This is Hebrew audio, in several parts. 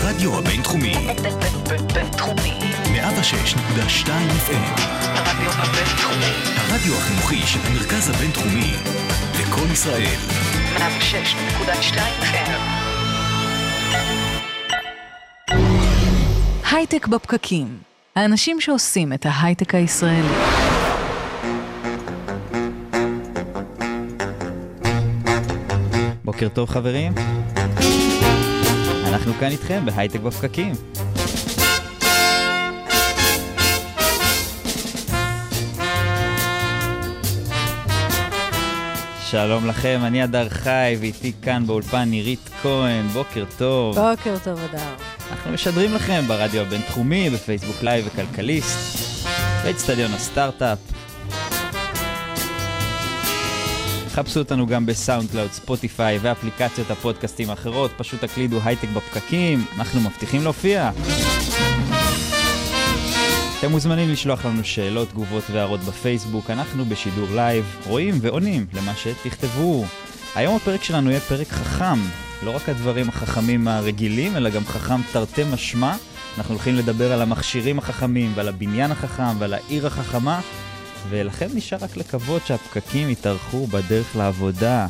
הרדיו הבינתחומי. בינתחומי. 106.2 FM. הרדיו הבינתחומי. הרדיו החינוכי של המרכז הבינתחומי. לכל ישראל. 106.2 FM. הייטק בפקקים. האנשים שעושים את ההייטק הישראלי. בוקר טוב חברים. אנחנו כאן איתכם בהייטק בפקקים. שלום לכם, אני אדר חי ואיתי כאן באולפן נירית כהן. בוקר טוב. בוקר טוב אדר. אנחנו משדרים לכם ברדיו הבינתחומי, בפייסבוק לייב וכלכליסט, באצטדיון הסטארט-אפ. חפשו אותנו גם בסאונד קלאוד, ספוטיפיי ואפליקציות הפודקאסטים האחרות. פשוט תקלידו הייטק בפקקים, אנחנו מבטיחים להופיע. אתם מוזמנים לשלוח לנו שאלות, תגובות והערות בפייסבוק. אנחנו בשידור לייב, רואים ועונים למה שתכתבו. היום הפרק שלנו יהיה פרק חכם. לא רק הדברים החכמים הרגילים, אלא גם חכם תרתי משמע. אנחנו הולכים לדבר על המכשירים החכמים ועל הבניין החכם ועל העיר החכמה. ולכן נשאר רק לקוות שהפקקים יתארכו בדרך לעבודה.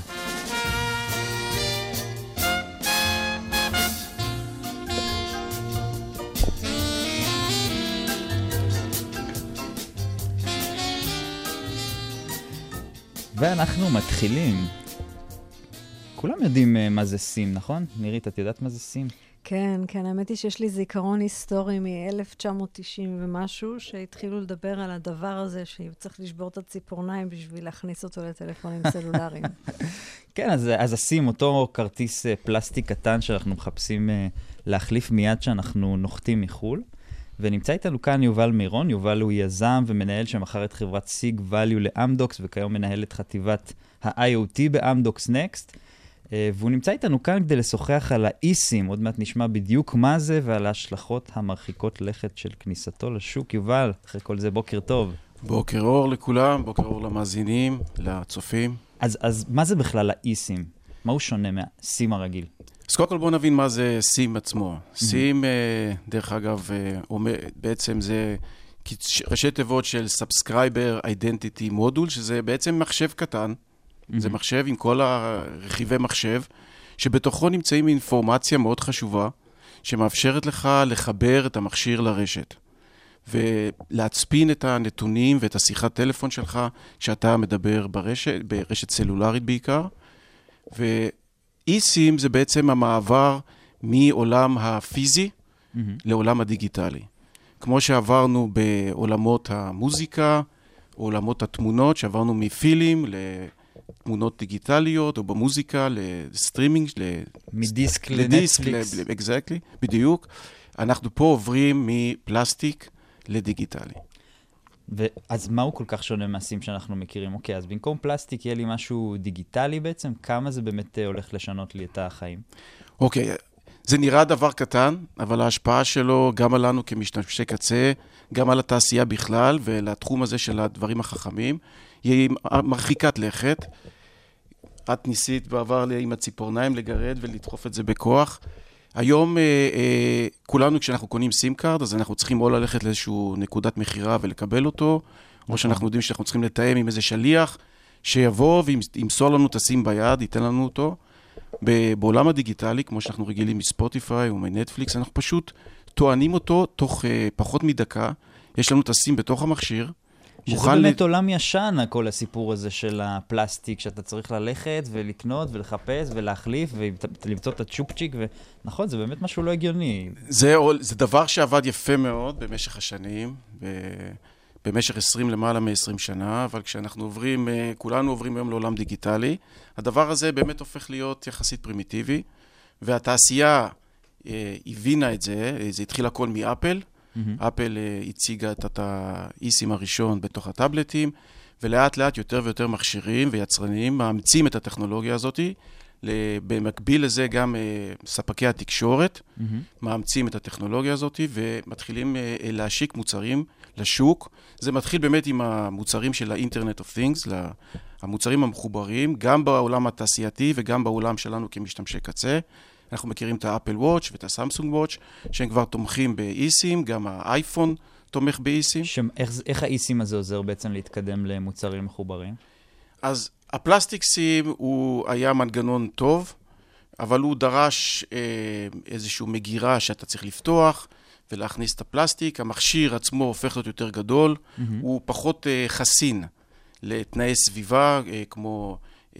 ואנחנו מתחילים. כולם יודעים מה זה סים, נכון? נירית, את יודעת מה זה סים? כן, האמת היא שיש לי זיכרון היסטורי מ-1990 ומשהו, שהתחילו לדבר על הדבר הזה, שצריך לשבור את הציפורניים בשביל להכניס אותו לטלפונים סלולריים. כן, אז הסים, אותו כרטיס פלסטיק קטן שאנחנו מחפשים להחליף מיד שאנחנו נוחתים מחול. ונמצא איתנו כאן יובל מירון. יובל הוא יזם ומנהל שמחר את חברת סיג ואליו לאמדוקס, וכיום מנהל את חטיבת ה-IoT באמדוקס נקסט. והוא נמצא איתנו כאן כדי לשוחח על האיסים, עוד מעט נשמע בדיוק מה זה, ועל ההשלכות המרחיקות לכת של כניסתו לשוק. יובל, אחרי כל זה בוקר טוב. בוקר אור לכולם, בוקר אור למאזינים, לצופים. אז מה זה בכלל האיסים? מה הוא שונה מהסים הרגיל? אז קודם כל בואו נבין מה זה סים עצמו. סים, דרך אגב, בעצם זה ראשי תיבות של Subscriber Identity Module, שזה בעצם מחשב קטן. זה מחשב עם כל הרכיבי מחשב, שבתוכו נמצאים אינפורמציה מאוד חשובה, שמאפשרת לך לחבר את המכשיר לרשת, ולהצפין את הנתונים ואת השיחת טלפון שלך, כשאתה מדבר ברשת סלולרית בעיקר. ואי-סים זה בעצם המעבר מעולם הפיזי לעולם הדיגיטלי. כמו שעברנו בעולמות המוזיקה, עולמות התמונות, שעברנו מפילים תמונות דיגיטליות, או במוזיקה, לסטרימינג, מדיסק לנטפליקס. exactly, בדיוק. אנחנו פה עוברים מפלסטיק לדיגיטלי. אז מה הוא כל כך שונה מהסים שאנחנו מכירים? אוקיי, אז במקום פלסטיק יהיה לי משהו דיגיטלי בעצם? כמה זה באמת הולך לשנות לי את החיים? אוקיי, זה נראה דבר קטן, אבל ההשפעה שלו גם עלינו כמשתמשי קצה, גם על התעשייה בכלל, ולתחום הזה של הדברים החכמים, היא מרחיקת לכת. את ניסית בעבר עם הציפורניים לגרד ולדחוף את זה בכוח. היום כולנו כשאנחנו קונים סים קארד, אז אנחנו צריכים או ללכת לאיזשהו נקודת מחירה ולקבל אותו, או שאנחנו יודעים שאנחנו צריכים לתאם עם איזה שליח, שיבוא וימסור לנו את הסים ביד, ייתן לנו אותו. בעולם הדיגיטלי, כמו שאנחנו רגילים מספוטיפיי או מנטפליקס, אנחנו פשוט טוענים אותו תוך פחות מדקה. יש לנו את הסים בתוך המכשיר. שזה באמת עולם ישן, כל הסיפור הזה של הפלסטיק, שאתה צריך ללכת ולקנות ולחפש ולהחליף ולמצוא את הצ'ופצ'יק, ונכון, זה באמת משהו לא הגיוני. זה דבר שעבד יפה מאוד במשך השנים, במשך למעלה מ-20 שנה, אבל כשאנחנו עוברים, כולנו עוברים היום לעולם דיגיטלי, הדבר הזה באמת הופך להיות יחסית פרימיטיבי, והתעשייה הבינה את זה, זה התחיל הכל מאפל, אפל הציגה את האיסים הראשון בתוך הטאבלטים, ולאט לאט יותר ויותר מכשירים ויצרנים מאמצים את הטכנולוגיה הזאת. במקביל לזה גם ספקי התקשורת מאמצים את הטכנולוגיה הזאת ומתחילים להשיק מוצרים לשוק. זה מתחיל באמת עם המוצרים של ה-Internet of Things, המוצרים המחוברים, גם בעולם התעשייתי וגם בעולם שלנו כמשתמשי קצה. אנחנו מכירים את האפל וואץ' ואת הסמסונג וואץ', שהם כבר תומכים באיסים, גם האייפון תומך באיסים. איך האיסים הזה עוזר בעצם להתקדם למוצרים מחוברים? אז הפלסטיק סים הוא היה מנגנון טוב, אבל הוא דרש איזשהו מגירה שאתה צריך לפתוח ולהכניס את הפלסטיק. המכשיר עצמו הופך להיות יותר גדול, הוא פחות חסין לתנאי סביבה כמו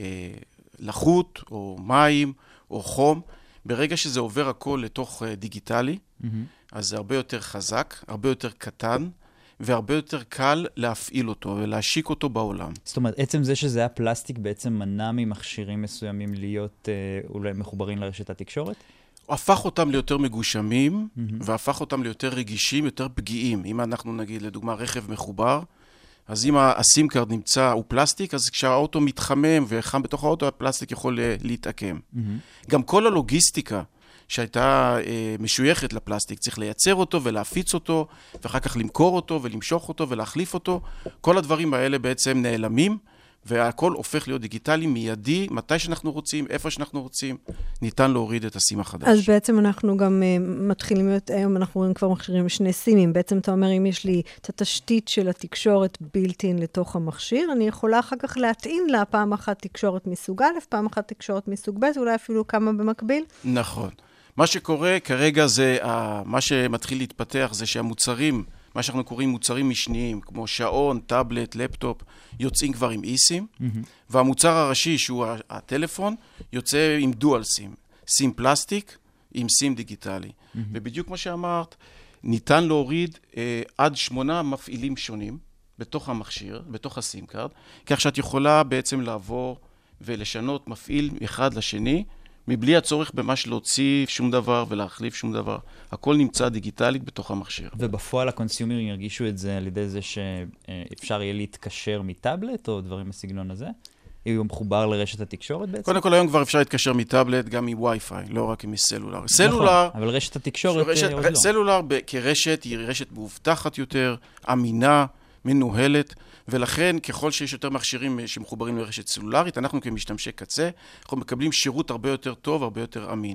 לחות או מים או חום. ברגע שזה עובר הכל לתוך דיגיטלי, אז זה הרבה יותר חזק, הרבה יותר קטן, והרבה יותר קל להפעיל אותו ולהשיק אותו בעולם. זאת אומרת, עצם זה שזה היה פלסטיק בעצם מנע ממכשירים מסוימים להיות אולי מחוברים לרשת התקשורת? הוא הפך אותם ליותר מגושמים, והפך אותם ליותר רגישים, יותר פגיעים. אם אנחנו נגיד, לדוגמה, רכב מחובר, אז אם הסים קארד נמצא, הוא פלסטיק, אז כשהאוטו מתחמם וחם בתוך האוטו, הפלסטיק יכול להתעקם. גם כל הלוגיסטיקה שהייתה משויכת לפלסטיק, צריך לייצר אותו ולהפיץ אותו, ואחר כך למכור אותו ולמשוך אותו ולהחליף אותו. כל הדברים האלה בעצם נעלמים, והכל הופך להיות דיגיטלי, מיידי, מתי שאנחנו רוצים, איפה שאנחנו רוצים, ניתן להוריד את הסים החדש. אז בעצם אנחנו גם מתחילים להיות, היום אנחנו כבר מכשירים שני סימים. בעצם אתה אומר, אם יש לי את התשתית של התקשורת בילט-אין לתוך המכשיר, אני יכולה אחר כך להטעין לה פעם אחת תקשורת מסוג א', פעם אחת תקשורת מסוג ב', אולי אפילו כמה במקביל. נכון. מה שקורה כרגע זה, מה שמתחיל להתפתח זה שהמוצרים, מה שאנחנו קוראים מוצרים משניים, כמו שעון, טאבלט, לפטופ, יוצאים כבר עם איסים, והמוצר הראשי, שהוא הטלפון, יוצא עם דואל סים, סים פלסטיק עם סים דיגיטלי. ובדיוק כמו שאמרת, ניתן להוריד עד 8 מפעילים שונים בתוך המכשיר, בתוך הסים קארד, כך שאת יכולה בעצם לעבור ולשנות מפעיל אחד לשני, מבלי הצורך ממש להוציא שום דבר ולהחליף שום דבר. הכל נמצא דיגיטלית בתוך המכשיר. ובפועל הקונסיומרים ירגישו את זה על ידי זה שאפשר יהיה להתקשר מטאבלט או דברים בסגנון הזה? יהיו מחובר לרשת התקשורת בעצם? קודם כל היום כבר אפשר להתקשר מטאבלט גם מווי-פיי, לא רק עם סלולר. נכון, אבל רשת התקשורת עוד לא. סלולר כרשת היא רשת מאובטחת יותר, אמינה, מנוהלת, ולכן ככל שיש יותר מכשירים שמחוברים לרשת סלולרית, אנחנו כמשתמשי קצה, אנחנו מקבלים שירות הרבה יותר טוב, הרבה יותר אמין.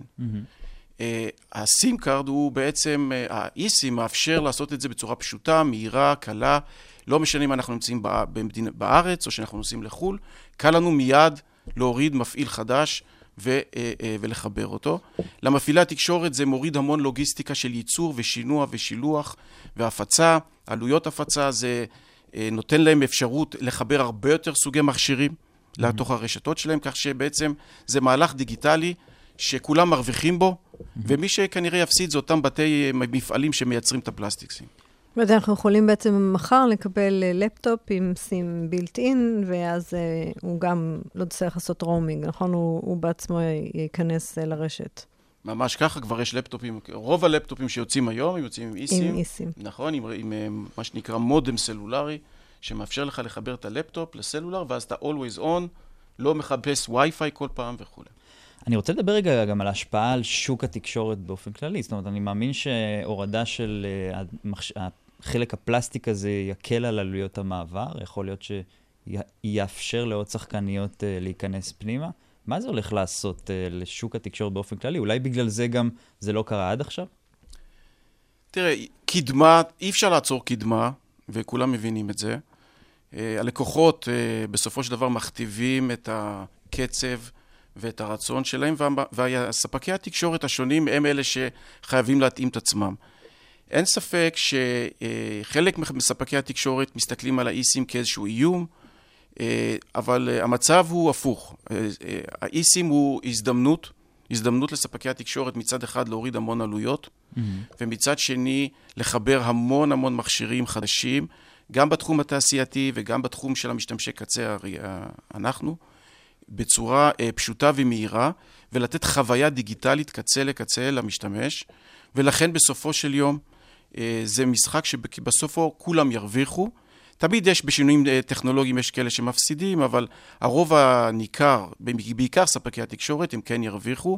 הסים קארד הוא בעצם, האיסים מאפשר לעשות את זה בצורה פשוטה, מהירה, קלה, לא משנה אם אנחנו נמצאים בארץ או שאנחנו נוסעים לחול, קל לנו מיד להוריד מפעיל חדש ולחבר אותו. למפעילי התקשורת זה מוריד המון לוגיסטיקה של ייצור ושינוע ושילוח והפצה, עלויות הפצה, זה נותן להם אפשרות לחבר הרבה יותר סוגי מכשירים לתוך הרשתות שלהם, כך שבעצם זה מהלך דיגיטלי שכולם מרוויחים בו, ומי שכנראה יפסיד זה אותם בתי מפעלים שמייצרים את הפלסטיקסים. ואנחנו יכולים בעצם מחר לקבל לפטופ עם סים בילט-אין, ואז הוא גם לא צריך לעשות רומינג, נכון? הוא בעצמו ייכנס לרשת. ממש ככה, כבר יש לפטופים, רוב הלפטופים שיוצאים היום, הם יוצאים עם איסים. עם איסים. נכון, עם מה שנקרא מודם סלולרי, שמאפשר לך לחבר את הלפטופ לסלולר, ואז אתה always on, לא מחפש וי-פיי כל פעם וכו'. אני רוצה לדבר רגע גם על ההשפעה על שוק התקשורת באופן כללי. זאת אומרת, אני מאמין שהורדה של חלק הפלסטיק הזה יקל על עלויות המעבר, יכול להיות שיאפשר לעוד שחקניות להיכנס פנימה. מה זה הולך לעשות לשוק התקשורת באופן כללי? אולי בגלל זה גם זה לא קרה עד עכשיו? תראה, קדמה, אי אפשר לעצור קדמה, וכולם מבינים את זה. הלקוחות בסופו של דבר מכתיבים את הקצב ואת הרצון שלהם, והספקי התקשורת השונים הם אלה שחייבים להתאים את עצמם. אין ספק שחלק מספקי התקשורת מסתכלים על האיסים כאיזשהו איום, אבל המצב הוא הפוך. האיסים הוא הזדמנות לספקי התקשורת מצד אחד להוריד המון עלויות, ומצד שני לחבר המון מכשירים חדשים, גם בתחום התעשייתי וגם בתחום של המשתמשי קצה, אנחנו, בצורה פשוטה ומהירה, ולתת חוויה דיגיטלית קצה לקצה למשתמש, ולכן בסופו של יום זה משחק שבסופו כולם ירוויחו. תמיד יש בשינויים טכנולוגיים, יש כאלה שמפסידים, אבל הרוב הניכר, בעיקר ספקי התקשורת, הם כן ירוויחו.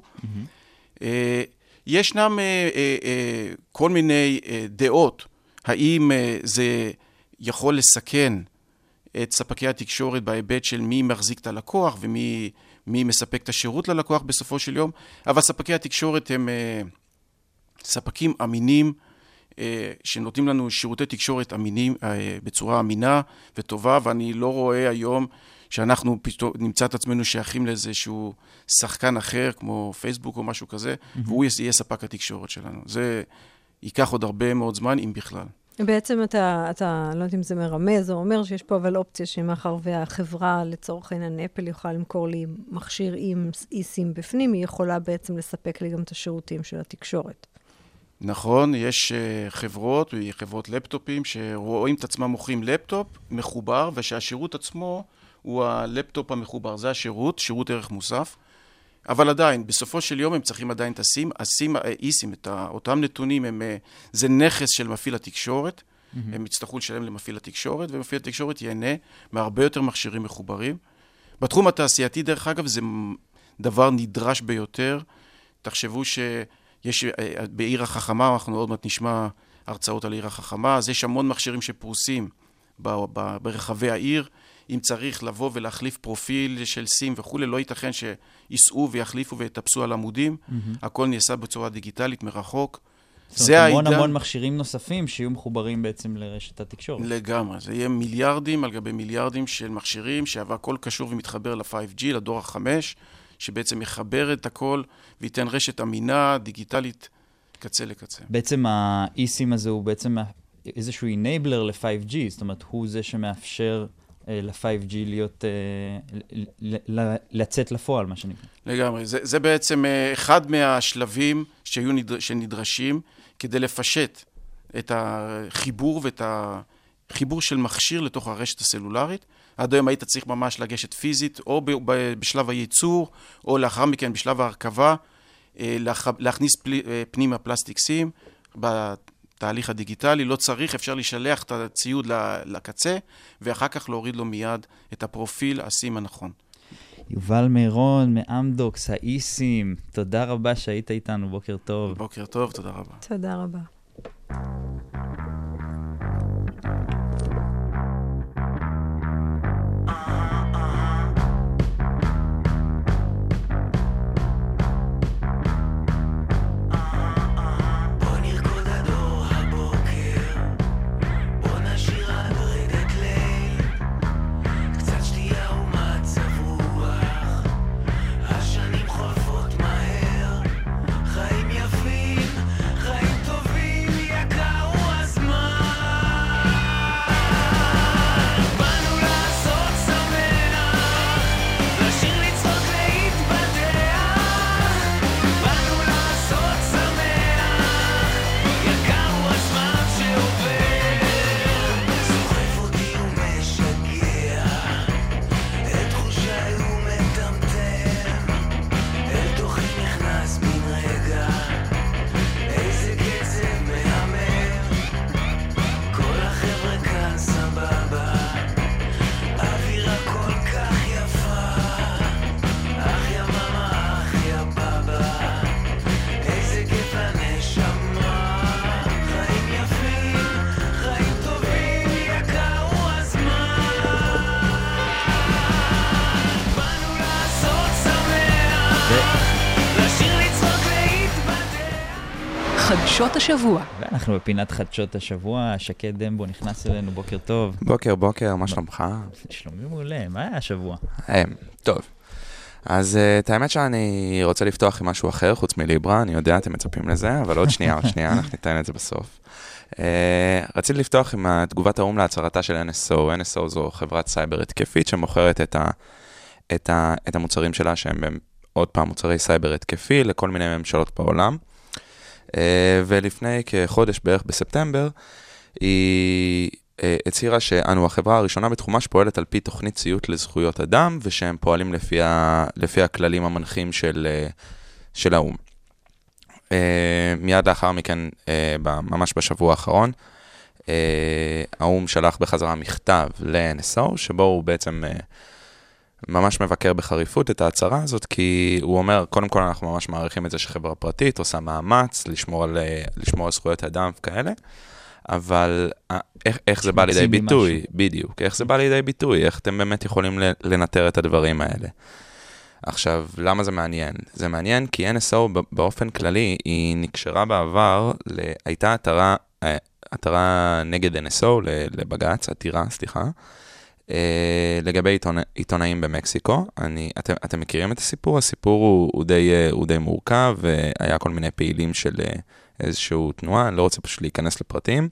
ישנם כל מיני דעות, האם זה יכול לסכן את ספקי התקשורת בהיבט של מי מחזיק את הלקוח ומי מי מספק את השירות ללקוח בסופו של יום, אבל ספקי התקשורת הם ספקים אמינים, שנותנים לנו שירותי תקשורת אמינים, בצורה אמינה וטובה, ואני לא רואה היום שאנחנו פתאום נמצא את עצמנו שייכים לאיזשהו שחקן אחר, כמו פייסבוק או משהו כזה, והוא יהיה ספק התקשורת שלנו. זה ייקח עוד הרבה מאוד זמן, אם בכלל. בעצם אתה לא יודעת אם זה מרמז או אומר שיש פה אבל אופציה שמאחר והחברה לצורך העניין אפל יכולה למכור לי מכשיר עם אי-סים בפנים, היא יכולה בעצם לספק לי גם את השירותים של התקשורת. נכון, יש חברות לפטופים שרואים את עצמם מוכרים לפטופ מחובר, ושהשירות עצמו הוא הלפטופ המחובר. זה השירות, שירות ערך מוסף. אבל עדיין, בסופו של יום הם צריכים עדיין את הסים. הסים, איסים, אותם נתונים, זה נכס של מפעיל התקשורת. הם יצטרכו לשלם למפעיל התקשורת, ומפעיל התקשורת ייהנה מהרבה יותר מכשירים מחוברים. בתחום התעשייתי, דרך אגב, זה דבר נדרש ביותר. תחשבו שיש בעיר החכמה, אנחנו עוד מעט נשמע הרצאות על עיר החכמה, אז יש המון מכשירים שפרוסים ברחבי העיר. אם צריך לבוא ולהחליף פרופיל של סים וכו', לא ייתכן שיסעו ויחליפו ויטפסו על עמודים. הכל נעשה בצורה דיגיטלית מרחוק. זאת אומרת, המון מכשירים נוספים שיהיו מחוברים בעצם לרשת התקשורת. לגמרי. זה יהיה מיליארדים על גבי מיליארדים של מכשירים, שהכל קשור ומתחבר ל-5G, לדור ה-5, שבעצם מחבר את הכל וייתן רשת אמינה, דיגיטלית, קצה לקצה. בעצם ה-eSIM הזה הוא בעצם איזשהו enabler ל-5G, זאת אומרת, הוא זה שמאפשר ל-5G להיות, לצאת לפועל, מה שנקרא. לגמרי. זה בעצם אחד מהשלבים שנדרשים כדי לפשט את החיבור ואת החיבור של מכשיר לתוך הרשת הסלולרית. עד היום היית צריך ממש לגשת פיזית, או בשלב הייצור, או לאחר מכן בשלב ההרכבה, להכניס פנימה פלסטיק סים, בתהליך הדיגיטלי, לא צריך, אפשר לשלח את הציוד לקצה, ואחר כך להוריד לו מיד את הפרופיל הסים הנכון. יובל מירון, מאמדוקס, האיסים, תודה רבה שהיית איתנו, בוקר טוב. בוקר טוב, תודה רבה. תודה רבה. חדשות השבוע. ואנחנו בפינת חדשות השבוע, שקד דמבו נכנס אלינו, בוקר טוב. בוקר, מה שלומך? שלומי מעולה, מה היה השבוע? טוב. אז את האמת שאני רוצה לפתוח עם משהו אחר, חוץ מליברה, אני יודע, אתם מצפים לזה, אבל עוד שנייה, אנחנו ניתן את זה בסוף. רציתי לפתוח עם תגובת האום להצהרתה של NSO. NSO זו חברת סייבר התקפית שמוכרת את המוצרים שלה, שהם עוד פעם מוצרי סייבר התקפי לכל מיני ממשלות בעולם. ולפני כחודש בערך בספטמבר, היא הצהירה שאנו החברה הראשונה בתחומה שפועלת על פי תוכנית ציות לזכויות אדם, ושהם פועלים לפי הכללים המנחים של האום. מיד לאחר מכן, ממש בשבוע האחרון, האום שלח בחזרה מכתב ל-NSO, שבו הוא בעצם ממש מבקר בחריפות את ההצהרה הזאת, כי הוא אומר, קודם כל אנחנו ממש מעריכים את זה שחברה פרטית עושה מאמץ לשמור על זכויות אדם וכאלה, אבל איך זה בא לידי ביטוי? בדיוק, איך זה בא לידי ביטוי? איך אתם באמת יכולים לנטר את הדברים האלה? עכשיו, למה זה מעניין? זה מעניין כי NSO באופן כללי, היא נקשרה בעבר, הייתה עתרה נגד NSO לבג"ץ, עתירה, סליחה, לגבי עיתונאים במקסיקו. אתם מכירים את הסיפור? הסיפור הוא די מורכב, והיה כל מיני פעילים של איזשהו תנועה, אני לא רוצה פשוט להיכנס לפרטים,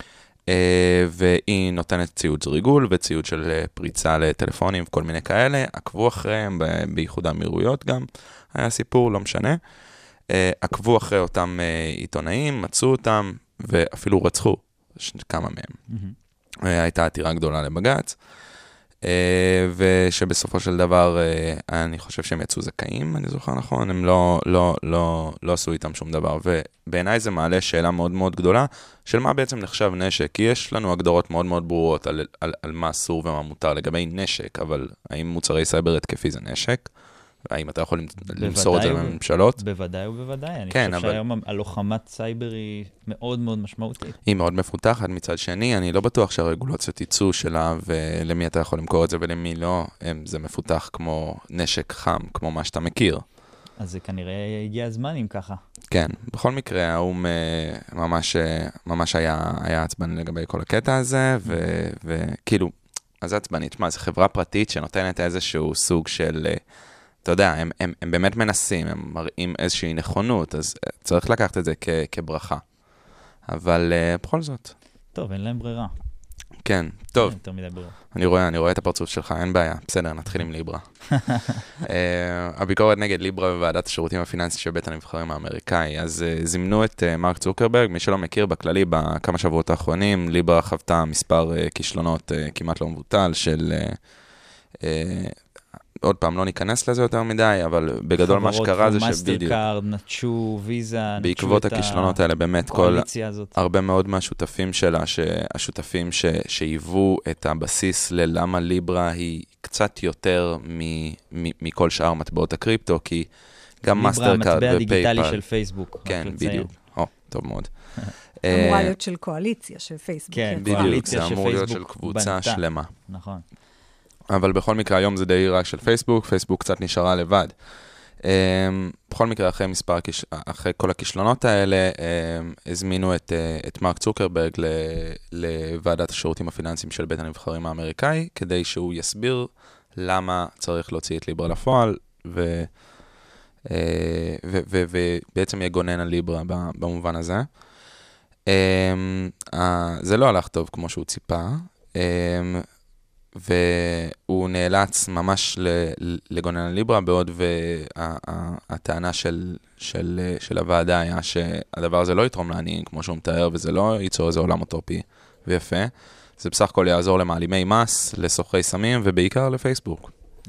והיא נותנת ציוד ריגול וציוד של פריצה לטלפונים וכל מיני כאלה, עקבו אחריהם בייחוד האמירויות גם, היה סיפור, לא משנה, עקבו אחרי אותם עיתונאים, מצאו אותם ואפילו רצחו כמה מהם. הייתה עתירה גדולה לבג"ץ, ושבסופו של דבר אני חושב שהם יצאו זכאים, אני זוכר נכון, הם לא עשו איתם שום דבר, ובעיניי זה מעלה שאלה מאוד מאוד גדולה, של מה בעצם נחשב נשק, כי יש לנו הגדרות מאוד מאוד ברורות על מה אסור ומה מותר לגבי נשק, אבל האם מוצרי סייבר התקפי זה נשק? האם אתה יכול למסור את זה לממשלות? בוודאי ובוודאי. אני חושב שהיום הלוחמת סייבר היא מאוד מאוד משמעותית. היא מאוד מפותחת. מצד שני, אני לא בטוח שהרגולציות ייצאו שלה, ולמי אתה יכול למכור את זה ולמי לא. זה מפותח כמו נשק חם, כמו מה שאתה מכיר. אז זה כנראה הגיע הזמן אם ככה. כן, בכל מקרה, האום ממש היה עצבני לגבי כל הקטע הזה, וכאילו, אז עצבני, תשמע, זו חברה פרטית שנותנת איזשהו סוג של... אתה יודע, הם באמת מנסים, הם מראים איזושהי נכונות, אז צריך לקחת את זה כברכה. אבל בכל זאת. טוב, אין להם ברירה. כן, טוב. יותר מדי ברירה. אני רואה את הפרצוף שלך, אין בעיה. בסדר, נתחיל עם ליברה. הביקורת נגד ליברה בוועדת השירותים הפיננסיים של בית הנבחרים האמריקאי. אז זימנו את מרק צוקרברג, מי שלא מכיר בכללי, בכמה שבועות האחרונים, ליברה חוותה מספר כישלונות כמעט לא מבוטל של... עוד פעם, לא ניכנס לזה יותר מדי, אבל בגדול מה שקרה זה שבדיוק... חברות מאסטרקארד, נטשו, ויזה, בעקבות הכישלונות האלה, באמת כל... הרבה מאוד מהשותפים שלה, השותפים שהיוו את הבסיס ללמה ליברה היא קצת יותר מכל שאר מטבעות הקריפטו, כי גם מאסטרקארד ופייפל... ליברה, המטבע הדיגיטלי של פייסבוק. כן, בדיוק. טוב מאוד. אמורה להיות של קואליציה של פייסבוק. כן, בדיוק, זה אמור להיות של קבוצה שלמה. נכון. אבל בכל מקרה, היום זה די רק של פייסבוק, פייסבוק קצת נשארה לבד. בכל מקרה, אחרי כל הכישלונות האלה, הזמינו את מרק צוקרברג לוועדת השירותים הפיננסיים של בית הנבחרים האמריקאי, כדי שהוא יסביר למה צריך להוציא את ליברה לפועל, ובעצם יגונן על ליברה במובן הזה. זה לא הלך טוב כמו שהוא ציפה, והוא נאלץ ממש לגונן על ליברה, בעוד והטענה של הוועדה היה שהדבר הזה לא יתרום לעניים, כמו שהוא מתאר, וזה לא ייצור איזה עולם אוטופי ויפה. זה בסך הכל יעזור למעלימי מס, לסוחרי סמים, ובעיקר לפייסבוק.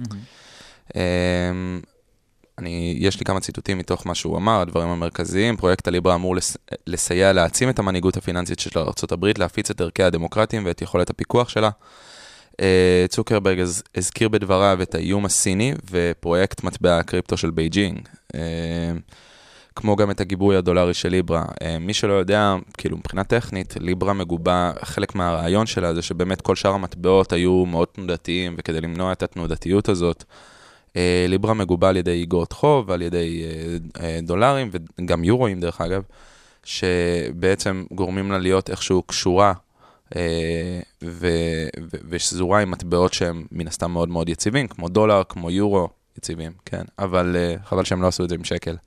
יש לי כמה ציטוטים מתוך מה שהוא אמר, הדברים המרכזיים. פרויקט הליברה אמור לסייע להעצים את המנהיגות הפיננסית של ארצות הברית, להפיץ את ערכי הדמוקרטיים ואת יכולת הפיקוח שלה. צוקרברג הזכיר בדבריו את האיום הסיני ופרויקט מטבע הקריפטו של בייג'ינג, כמו גם את הגיבוי הדולרי של ליברה. מי שלא יודע, כאילו מבחינה טכנית, ליברה מגובה, חלק מהרעיון שלה זה שבאמת כל שאר המטבעות היו מאוד תנודתיים, וכדי למנוע את התנודתיות הזאת, ליברה מגובה על ידי איגרות חוב, על ידי דולרים וגם יורואים דרך אגב, שבעצם גורמים לה להיות איכשהו קשורה ושזורה עם מטבעות שהם מן הסתם מאוד מאוד יציבים, כמו דולר, כמו יורו יציבים, כן, אבל חבל שהם לא עשו את זה עם שקל.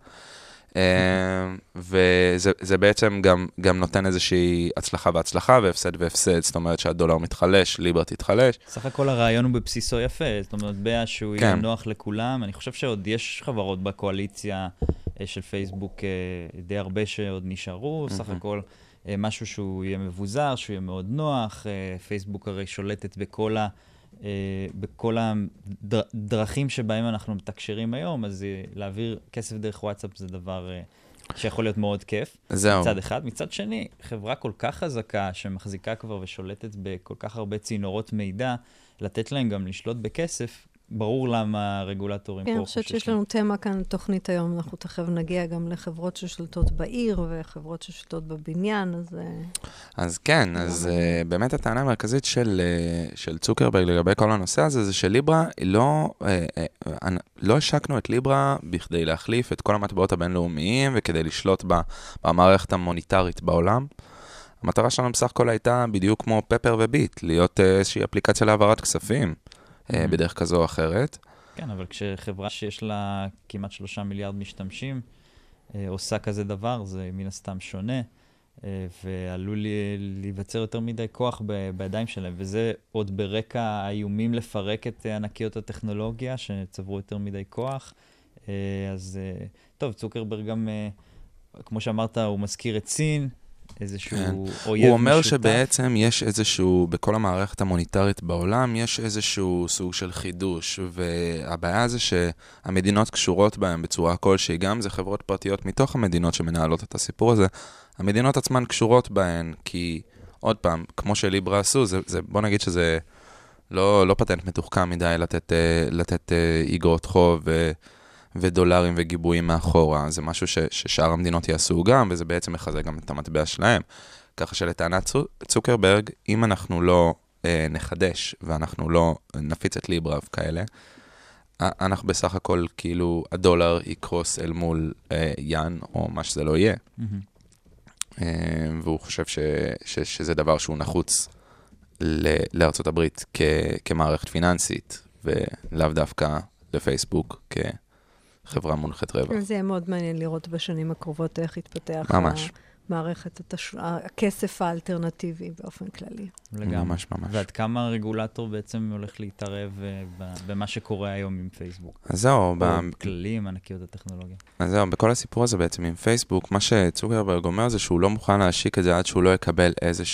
וזה בעצם גם נותן איזושהי הצלחה והצלחה, והפסד והפסד, זאת אומרת שהדולר מתחלש, ליברה תתחלש. סך הכל הרעיון הוא בבסיסו יפה, זאת אומרת, ביה שהוא יהיה נוח לכולם. אני חושב שעוד יש חברות בקואליציה של פייסבוק די הרבה שעוד נשארו, סך הכל משהו שהוא יהיה מבוזר, שהוא יהיה מאוד נוח. פייסבוק הרי שולטת בכל הדרכים שבהם אנחנו מתקשרים היום, אז להעביר כסף דרך וואטסאפ זה דבר שיכול להיות מאוד כיף. זהו. מצד אחד. מצד שני, חברה כל כך חזקה שמחזיקה כבר ושולטת בכל כך הרבה צינורות מידע, לתת להם גם לשלוט בכסף, ברור למה הרגולטורים פה כן, אני חושבת שיש לנו תמה כאן, תוכנית היום, אנחנו תכף נגיע גם לחברות ששולטות בעיר, וחברות ששולטות בבניין, אז כן, אז באמת הטענה המרכזית של צוקרברג לגבי כל הנושא הזה, זה שליברה, לא השקנו את ליברה בכדי להחליף את כל המטבעות הבינלאומיים, וכדי לשלוט במערכת המוניטרית בעולם. המטרה שלנו בסך הכל הייתה בדיוק כמו פפר וביט, להיות איזושהי אפליקציה להעברת כספים, בדרך כזו או אחרת. כן, אבל כשחברה שיש לה כמעט 3 מיליארד משתמשים, עושה כזה דבר, זה מן הסתם שונה, ועלול להיווצר יותר מדי כוח בידיים שלהם, וזה עוד ברקע האיומים לפרק את ענקיות הטכנולוגיה, שצברו יותר מדי כוח. אז טוב, צוקרברג גם, כמו שאמרת, הוא מזכיר את סין, איזשהו אויב משותף. הוא אומר שבעצם יש איזשהו, בכל המערכת המוניטרית בעולם, יש איזשהו סוג של חידוש, והבעיה זה שהמדינות קשורות בהם בצורה כלשהי, גם זה חברות פרטיות מתוך המדינות שמנהלות את הסיפור הזה, המדינות עצמן קשורות בהן, כי עוד פעם, כמו שליברה עשו, בוא נגיד שזה לא פטנט מתוחכם מדי לתת איגרות חוב ודולרים וגיבויים מאחורה. זה משהו ששאר המדינות יעשו גם, וזה בעצם מחזק גם את המטבע שלהם. ככה שלטענת צוקרברג, אם אנחנו לא נחדש, ואנחנו לא נפיץ את ליברה וכאלה, אנחנו בסך הכל, כאילו, הדולר יקרוס אל מול יאן, או מה שזה לא יהיה. והוא חושב שזה דבר שהוא נחוץ לארצות הברית כמערכת פיננסית, ולאו דווקא לפייסבוק חברה מונחת רווח. זה יהיה מאוד מעניין לראות בשנים הקרובות איך יתפתח מערכת הכסף האלטרנטיבי באופן כללי. ממש, ממש. ועד כמה הרגולטור בעצם הולך להתערב במה שקורה היום עם פייסבוק? אז זהו. בכללים, ענקיות הטכנולוגיה. אז זהו, בכל הסיפור הזה בעצם עם פייסבוק, מה שצוקרברג אומר זה שהוא לא מוכן להשיק את זה עד שהוא לא יקבל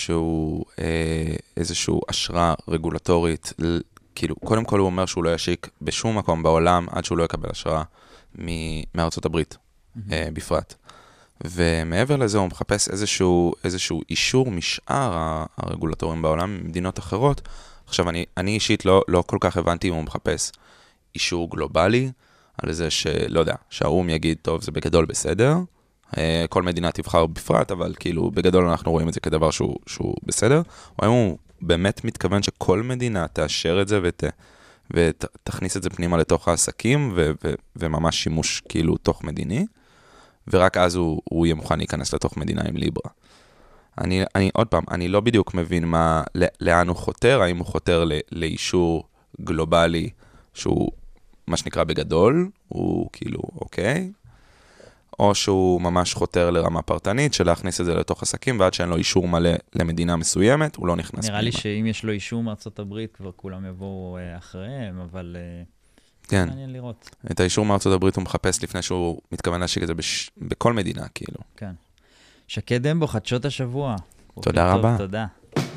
איזשהו אשרה רגולטורית. כאילו, קודם כל הוא אומר שהוא לא ישיק בשום מקום בעולם עד שהוא לא יקבל אשרה מארצות הברית, בפרט. ומעבר לזה הוא מחפש איזשהו אישור משאר הרגולטורים בעולם, ממדינות אחרות. עכשיו, אני אישית לא כל כך הבנתי אם הוא מחפש אישור גלובלי, על זה שלא יודע, שהאום יגיד, טוב, זה בגדול בסדר, כל מדינה תבחר בפרט, אבל כאילו, בגדול אנחנו רואים את זה כדבר שהוא בסדר, או האם הוא באמת מתכוון שכל מדינה תאשר את זה ותכניס את זה פנימה לתוך העסקים, וממש שימוש כאילו תוך מדיני, ורק אז הוא יהיה מוכן להיכנס לתוך מדינה עם ליברה. עוד פעם, אני לא בדיוק מבין לאן הוא חותר, האם הוא חותר לאישור גלובלי, שהוא מה שנקרא בגדול, הוא כאילו אוקיי, או שהוא ממש חותר לרמה פרטנית, של להכניס את זה לתוך עסקים, ועד שאין לו אישור מלא למדינה מסוימת, הוא לא נכנס פנימה. נראה לי שאם יש לו אישור מארצות הברית, כבר כולם יבואו אחריהם, אבל כן. מעניין לראות. את האישור מארצות הברית הוא מחפש לפני שהוא מתכוון להשיק את זה בכל מדינה, כאילו. כן. שקד דמבו, חדשות השבוע. תודה רבה. תודה.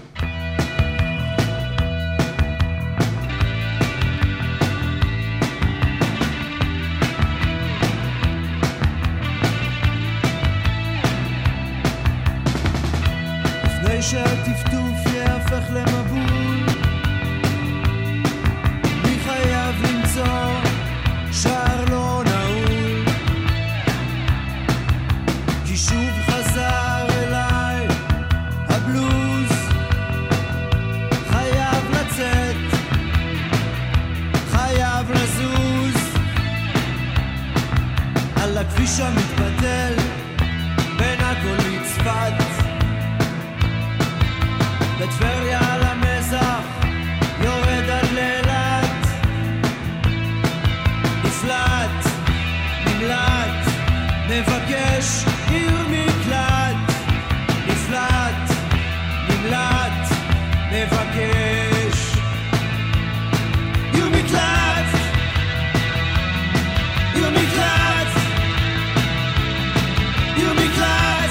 לפני שהטפטוף יהפך למבול, מי חייב למצוא שער לא נעול, כי שוב חזר אליי הבלוז, חייב לצאת, חייב לזוז, על הכביש המתבטל בין הכל לצפת, בטבריה על המזח יורד על אילת, נפלט, נמלט, מבקש עיר מקלט, נפלט, נמלט, מבקש עיר מקלט, עיר מקלט, עיר מקלט.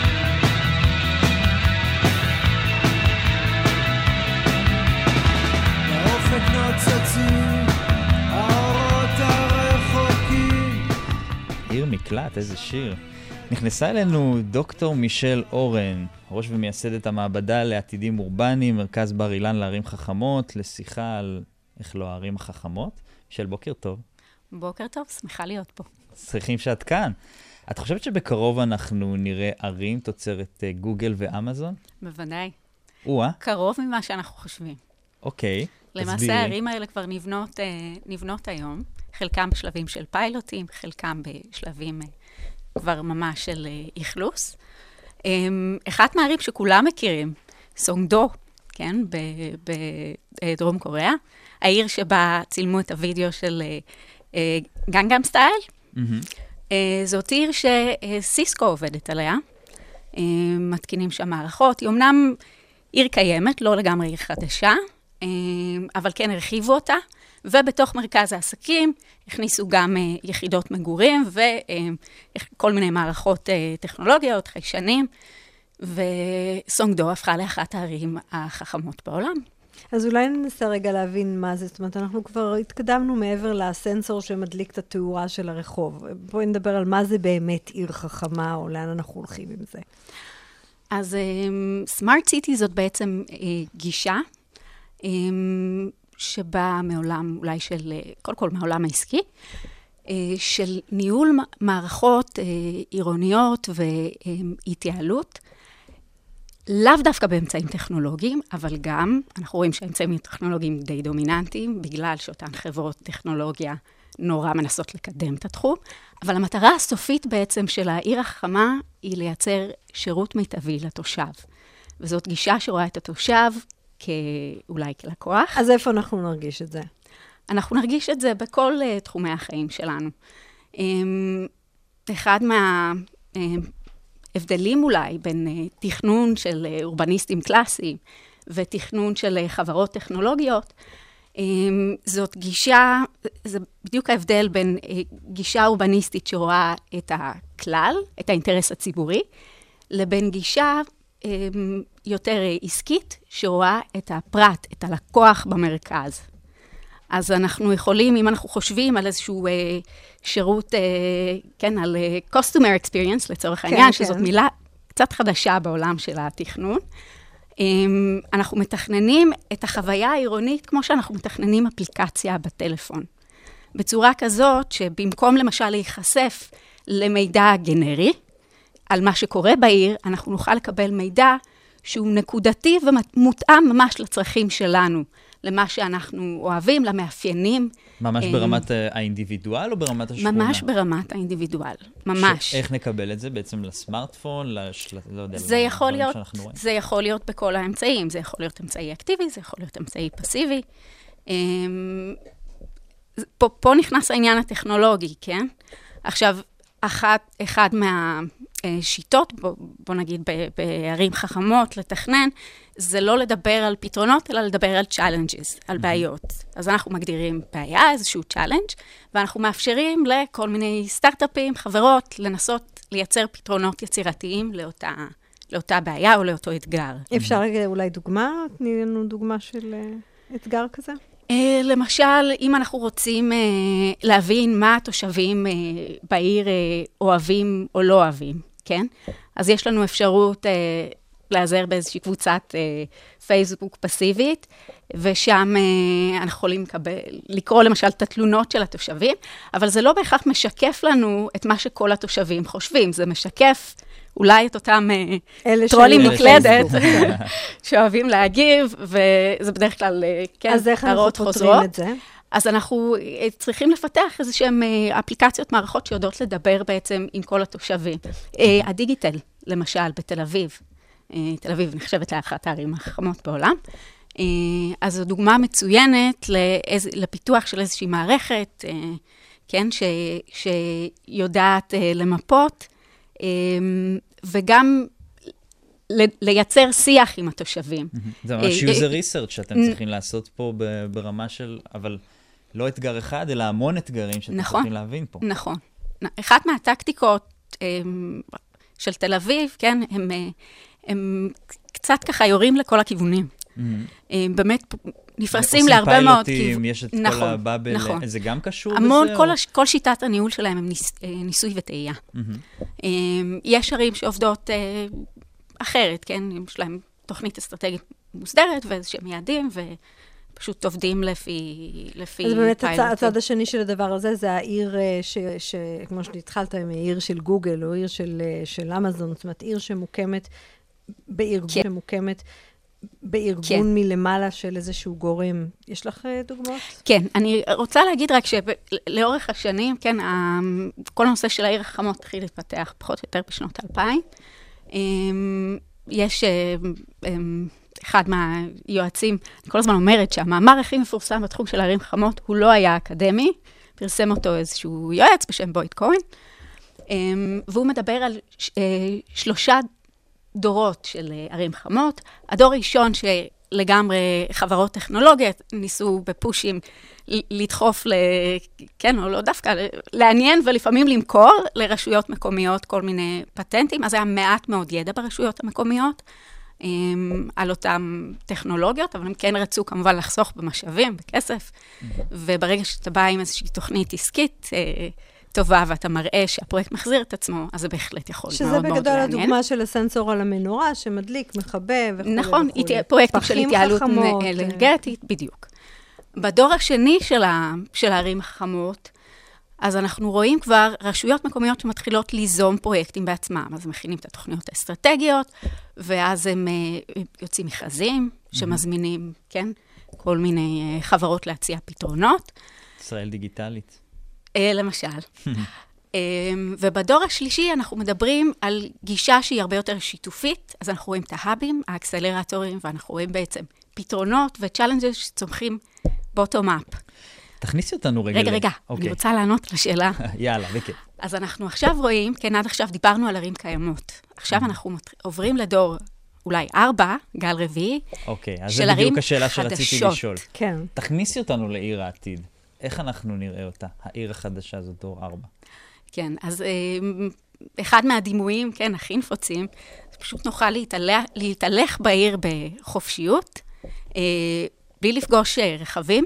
נוצצים האורות הרחוקים. עיר מקלט, איזה שיר. נכנסה אלינו דוקטור מישל אורן, ראש ומייסדת המעבדה לעתידים אורבניים, מרכז בר אילן לערים חכמות, לשיחה על איך לא הערים החכמות. של בוקר טוב. בוקר טוב, שמחה להיות פה. שמחים שאת כאן. את חושבת שבקרוב אנחנו נראה ערים תוצרת גוגל ואמזון? בוודאי. או-אה. קרוב ממה שאנחנו חושבים. אוקיי, תסבירי. למעשה הערים האלה כבר נבנות היום, חלקם בשלבים של פיילוטים, חלקם בשלבים כבר ממש של אכלוס. אחת מהערים שכולם מכירים, סונגדו, כן, בדרום קוריאה, העיר שבה צילמו את הוידאו של גנגנאם סטייל. זאת עיר שסיסקו עובדת עליה, מתקינים שם מערכות, היא אמנם עיר קיימת, לא לגמרי עיר חדשה, אבל כן הרחיבו אותה, ובתוך מרכז העסקים הכניסו גם יחידות מגורים וכל מיני מערכות טכנולוגיות, חיישנים, וסונגדו הפכה לאחת הערים החכמות בעולם. אז אולי ננסה רגע להבין מה זה, זאת אומרת, אנחנו כבר התקדמנו מעבר לסנסור שמדליק את התאורה של הרחוב. בואי נדבר על מה זה באמת עיר חכמה, או לאן אנחנו הולכים עם זה. אז סמארט סיטי זאת בעצם גישה, שבאה מעולם, אולי של, קודם כל מהעולם העסקי, של ניהול מערכות עירוניות והתייעלות, לאו דווקא באמצעים טכנולוגיים, אבל גם, אנחנו רואים שהאמצעים טכנולוגיים די דומיננטיים, בגלל שאותן חברות טכנולוגיה נורא מנסות לקדם את התחום, אבל המטרה הסופית בעצם של העיר החכמה היא לייצר שירות מיטבי לתושב. וזאת גישה שרואה את התושב אולי כלקוח. אז איפה אנחנו נרגיש את זה? אנחנו נרגיש את זה בכל תחומי החיים שלנו. אחד מההבדלים אולי בין תכנון של אורבניסטים קלאסיים ותכנון של חברות טכנולוגיות, זאת גישה, זה בדיוק ההבדל בין גישה אורבניסטית שרואה את הכלל, את האינטרס הציבורי, לבין גישה יותר עסקית, שרואה את הפרט, את הלקוח במרכז. אז אנחנו יכולים, אם אנחנו חושבים על איזשהו שירות, כן, על customer experience, לצורך העניין, שזאת מילה קצת חדשה בעולם של התכנון, אנחנו מתכננים את החוויה העירונית, כמו שאנחנו מתכננים אפליקציה בטלפון. בצורה כזאת, שבמקום למשל להיחשף למידע גנרי, על מה שקורה בעיר, אנחנו נוכל לקבל מידע שהוא נקודתי ומותאם ממש לצרכים שלנו, למה שאנחנו אוהבים, למאפיינים. ממש ברמת האינדיבידואל או ברמת השכונה? ממש ברמת האינדיבידואל, ממש. איך נקבל את זה? בעצם לסמארטפון? לא יודע, זה יכול להיות בכל האמצעים. זה יכול להיות אמצעי אקטיבי, זה יכול להיות אמצעי פסיבי. פה נכנס העניין הטכנולוגי, כן? עכשיו, אחד מהשיטות, בוא נגיד בערים חכמות לתכנן, זה לא לדבר על פתרונות, אלא לדבר על challenges, על בעיות. אז אנחנו מגדירים בעיה, איזשהו challenge, ואנחנו מאפשרים לכל מיני סטארט-אפים, חברות, לנסות לייצר פתרונות יצירתיים לאותה בעיה או לאותו אתגר. אפשר אולי דוגמה? תני לנו דוגמה של אתגר כזה? למשל, אם אנחנו רוצים להבין מה התושבים בעיר אוהבים או לא אוהבים, כן? אז יש לנו אפשרות להיעזר באיזושהי קבוצת פייסבוק פסיבית, ושם אנחנו יכולים לקרוא למשל את התלונות של התושבים, אבל זה לא בהכרח משקף לנו את מה שכל התושבים חושבים, זה משקף אולי את אותם טרולים מקלדת, שאוהבים להגיב, וזה בדרך כלל, כן, אז איך אנחנו פותרים את זה? אז אנחנו צריכים לפתח איזשהם אפליקציות, מערכות שיודעות לדבר בעצם עם כל התושבים. הדיגיטל, למשל, בתל אביב. תל אביב נחשבת לאחת הערים החכמות בעולם. אז זו דוגמה מצוינת לפיתוח של איזושהי מערכת, כן, שיודעת למפות, וגם לייצר שיח עם התושבים. זה ממש user research שאתם צריכים לעשות פה ברמה של, אבל לא אתגר אחד, אלא המון אתגרים שאתם צריכים להבין פה. נכון. אחת מהטקטיקות של תל אביב, כן, הם קצת ככה יורים לכל הכיוונים. באמת נפרסים להרבה מאוד פיילוטים, יש את כל הבאבל, זה גם קשור המון, כל שיטת הניהול שלהם הם ניסוי וטעייה. יש ערים שעובדות אחרת, כן? יש להם תוכנית אסטרטגית מוסדרת ואיזשהם יעדים, פשוט עובדים לפי אז באמת הצד השני של הדבר הזה, זה העיר כמו שהתחלת עם העיר של גוגל, או עיר של אמזון, זאת אומרת, עיר שמוקמת בארגון מלמעלה של איזשהו גורם. יש לך דוגמאות? כן, אני רוצה להגיד רק שלאורך השנים, כן, כל הנושא של העיר החמות התחיל להתפתח פחות או יותר בשנות 2000. יש אחד מהיועצים, אני כל הזמן אומרת שהמאמר הכי מפורסם בתחום של הערים חמות, הוא לא היה אקדמי, פרסם אותו איזשהו יועץ בשם בויד כהן, והוא מדבר על 3 דורות של ערים חמות. הדור הראשון שלגמרי חברות טכנולוגיות ניסו בפושים לדחוף, כן או לא דווקא, לעניין ולפעמים למכור לרשויות מקומיות כל מיני פטנטים, אז היה מעט מאוד ידע ברשויות המקומיות על אותן טכנולוגיות, אבל הם כן רצו כמובן לחסוך במשאבים, בכסף, וברגע שאתה בא עם איזושהי תוכנית עסקית טובה, ואתה מראה שהפרויקט מחזיר את עצמו, אז זה בהחלט יכול מאוד מאוד לעניין. שזה בגדול הדוגמה של הסנסור על המנורה, שמדליק, מכבה וכו'. נכון, פרויקטים של התייעלות אנרגטית, בדיוק. בדור השני של הערים החמות, אז אנחנו רואים כבר רשויות מקומיות שמתחילות ליזום פרויקטים בעצמם. אז הם מכינים את התוכניות האסטרטגיות, ואז הם יוצאים מכרזים, שמזמינים, כן, כל מיני חברות להציע פתרונות. ישראל דיגיטלית. למשל. ובדור השלישי אנחנו מדברים על גישה שהיא הרבה יותר שיתופית, אז אנחנו רואים את ההאבים, האקסלרטורים, ואנחנו רואים בעצם פתרונות וצ'אלנג'ס שצומחים בוטום-אפ. תכניסי אותנו רגע. רגע, אני רוצה לענות לשאלה. יאללה, בכיף. אז אנחנו עכשיו רואים, כן, עד עכשיו דיברנו על ערים קיימות. עכשיו אנחנו עוברים לדור אולי 4, גל רביעי, אוקיי, אז זה בדיוק השאלה שרציתי לשאול. כן. תכניסי אותנו לעיר העתיד. איך אנחנו נראה אותה, העיר החדשה הזאת, דור 4? כן, אז אחד מהדימויים, כן, הכי נפוצים, פשוט נוכל להתהלך בעיר בחופשיות, בלי לפגוש רכבים,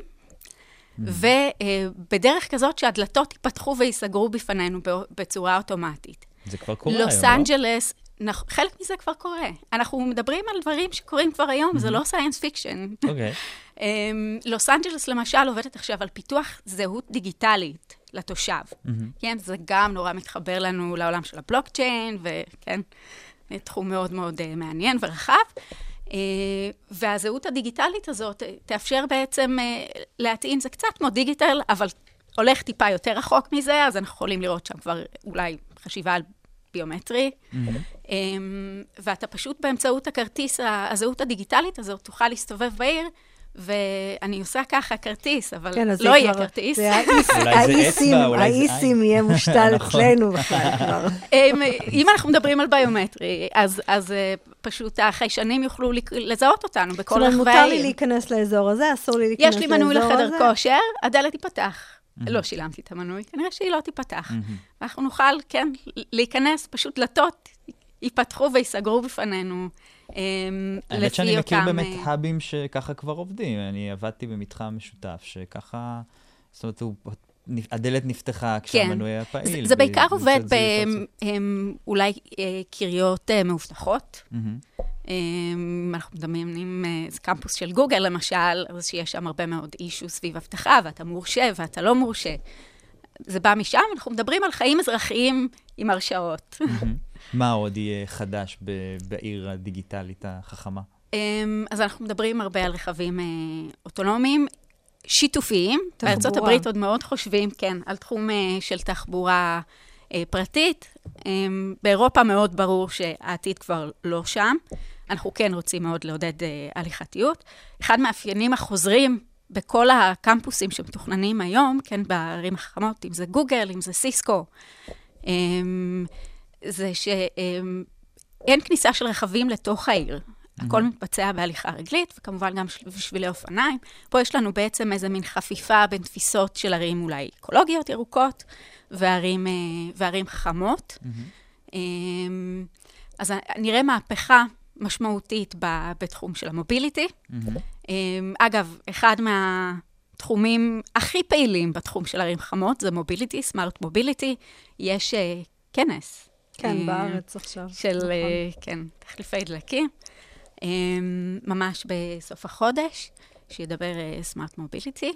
ובדרך כזאת שהדלתות ייפתחו ויסגרו בפנינו בצורה אוטומטית. זה כבר קורה היום, לא? לוס אנג'לס, חלק מזה כבר קורה. אנחנו מדברים על דברים שקורים כבר היום, זה לא סיינס פיקשן. אוקיי. לוס אנג'לס למשל עובדת עכשיו על פיתוח זהות דיגיטלית לתושב. כן, זה גם נורא מתחבר לנו לעולם של הבלוקצ'יין, וכן, תחום מאוד מאוד מעניין ורחב. והזהות הדיגיטלית הזאת תאפשר בעצם להתאים, זה קצת כמו דיגיטל, אבל הולך טיפה יותר רחוק מזה, אז אנחנו יכולים לראות שם כבר אולי חשיבה על ביומטרי, ואתה פשוט באמצעות הכרטיס, הזהות הדיגיטלית הזאת, תוכל להסתובב בעיר, ואני עושה ככה כרטיס, אבל לא יהיה כרטיס. האיסים יהיה מושתל אצלנו בכלל כבר. אם אנחנו מדברים על ביומטרי, אז פשוט החיישנים יוכלו לזהות אותנו בכל רחבי העיר. זאת אומרת, מותר לי להיכנס לאזור הזה, אסור לי להיכנס לאזור הזה. יש לי מנוי לחדר כושר, הדלת תיפתח. לא שילמתי את המנוי, כנראה שהיא לא תיפתח. ואנחנו נוכל, כן, להיכנס, פשוט דלתות ייפתחו ויסגרו בפנינו. האמת שאני מכיר באמת האבים שככה כבר עובדים. אני עבדתי במתחם משותף שככה, זאת אומרת, הדלת נפתחה כשהמנוי היה פעיל. זה בעיקר עובד אולי קריות מאובטחות. אנחנו מדמיינים קמפוס של גוגל למשל, אז שיש שם הרבה מאוד אישו סביב הבטחה, ואתה מורשה ואתה לא מורשה. זה בא משם, אנחנו מדברים על חיים אזרחיים עם הרשאות. מה עוד יהיה חדש בעיר הדיגיטלית החכמה? אז אנחנו מדברים הרבה על רכבים אוטונומיים, שיתופיים. בארצות הברית עוד מאוד חושבים, כן, על תחום של תחבורה פרטית. באירופה מאוד ברור שהעתיד כבר לא שם. אנחנו כן רוצים מאוד לעודד הליכתיות. אחד מהאפיינים החוזרים בכל הקמפוסים שמתוכננים היום, כן, בערים החכמות, אם זה גוגל, אם זה סיסקו, זה שאין כניסה של רכבים לתוך העיר. הכל מתבצע בהליכה רגלית, וכמובן גם בשבילי אופניים. פה יש לנו בעצם איזה מין חפיפה בין תפיסות של ערים אולי אקולוגיות ירוקות, וערים חכמות. אז נראה מהפכה משמעותית בתחום של המוביליטי. אגב, אחד מהתחומים הכי פעילים בתחום של ערים חכמות, זה מוביליטי, סמארט מוביליטי. יש כנס. כן, בארץ עכשיו. של, כן, תחליפי דלקים. ממש בסוף החודש. שידבר סמארט מוביליטי.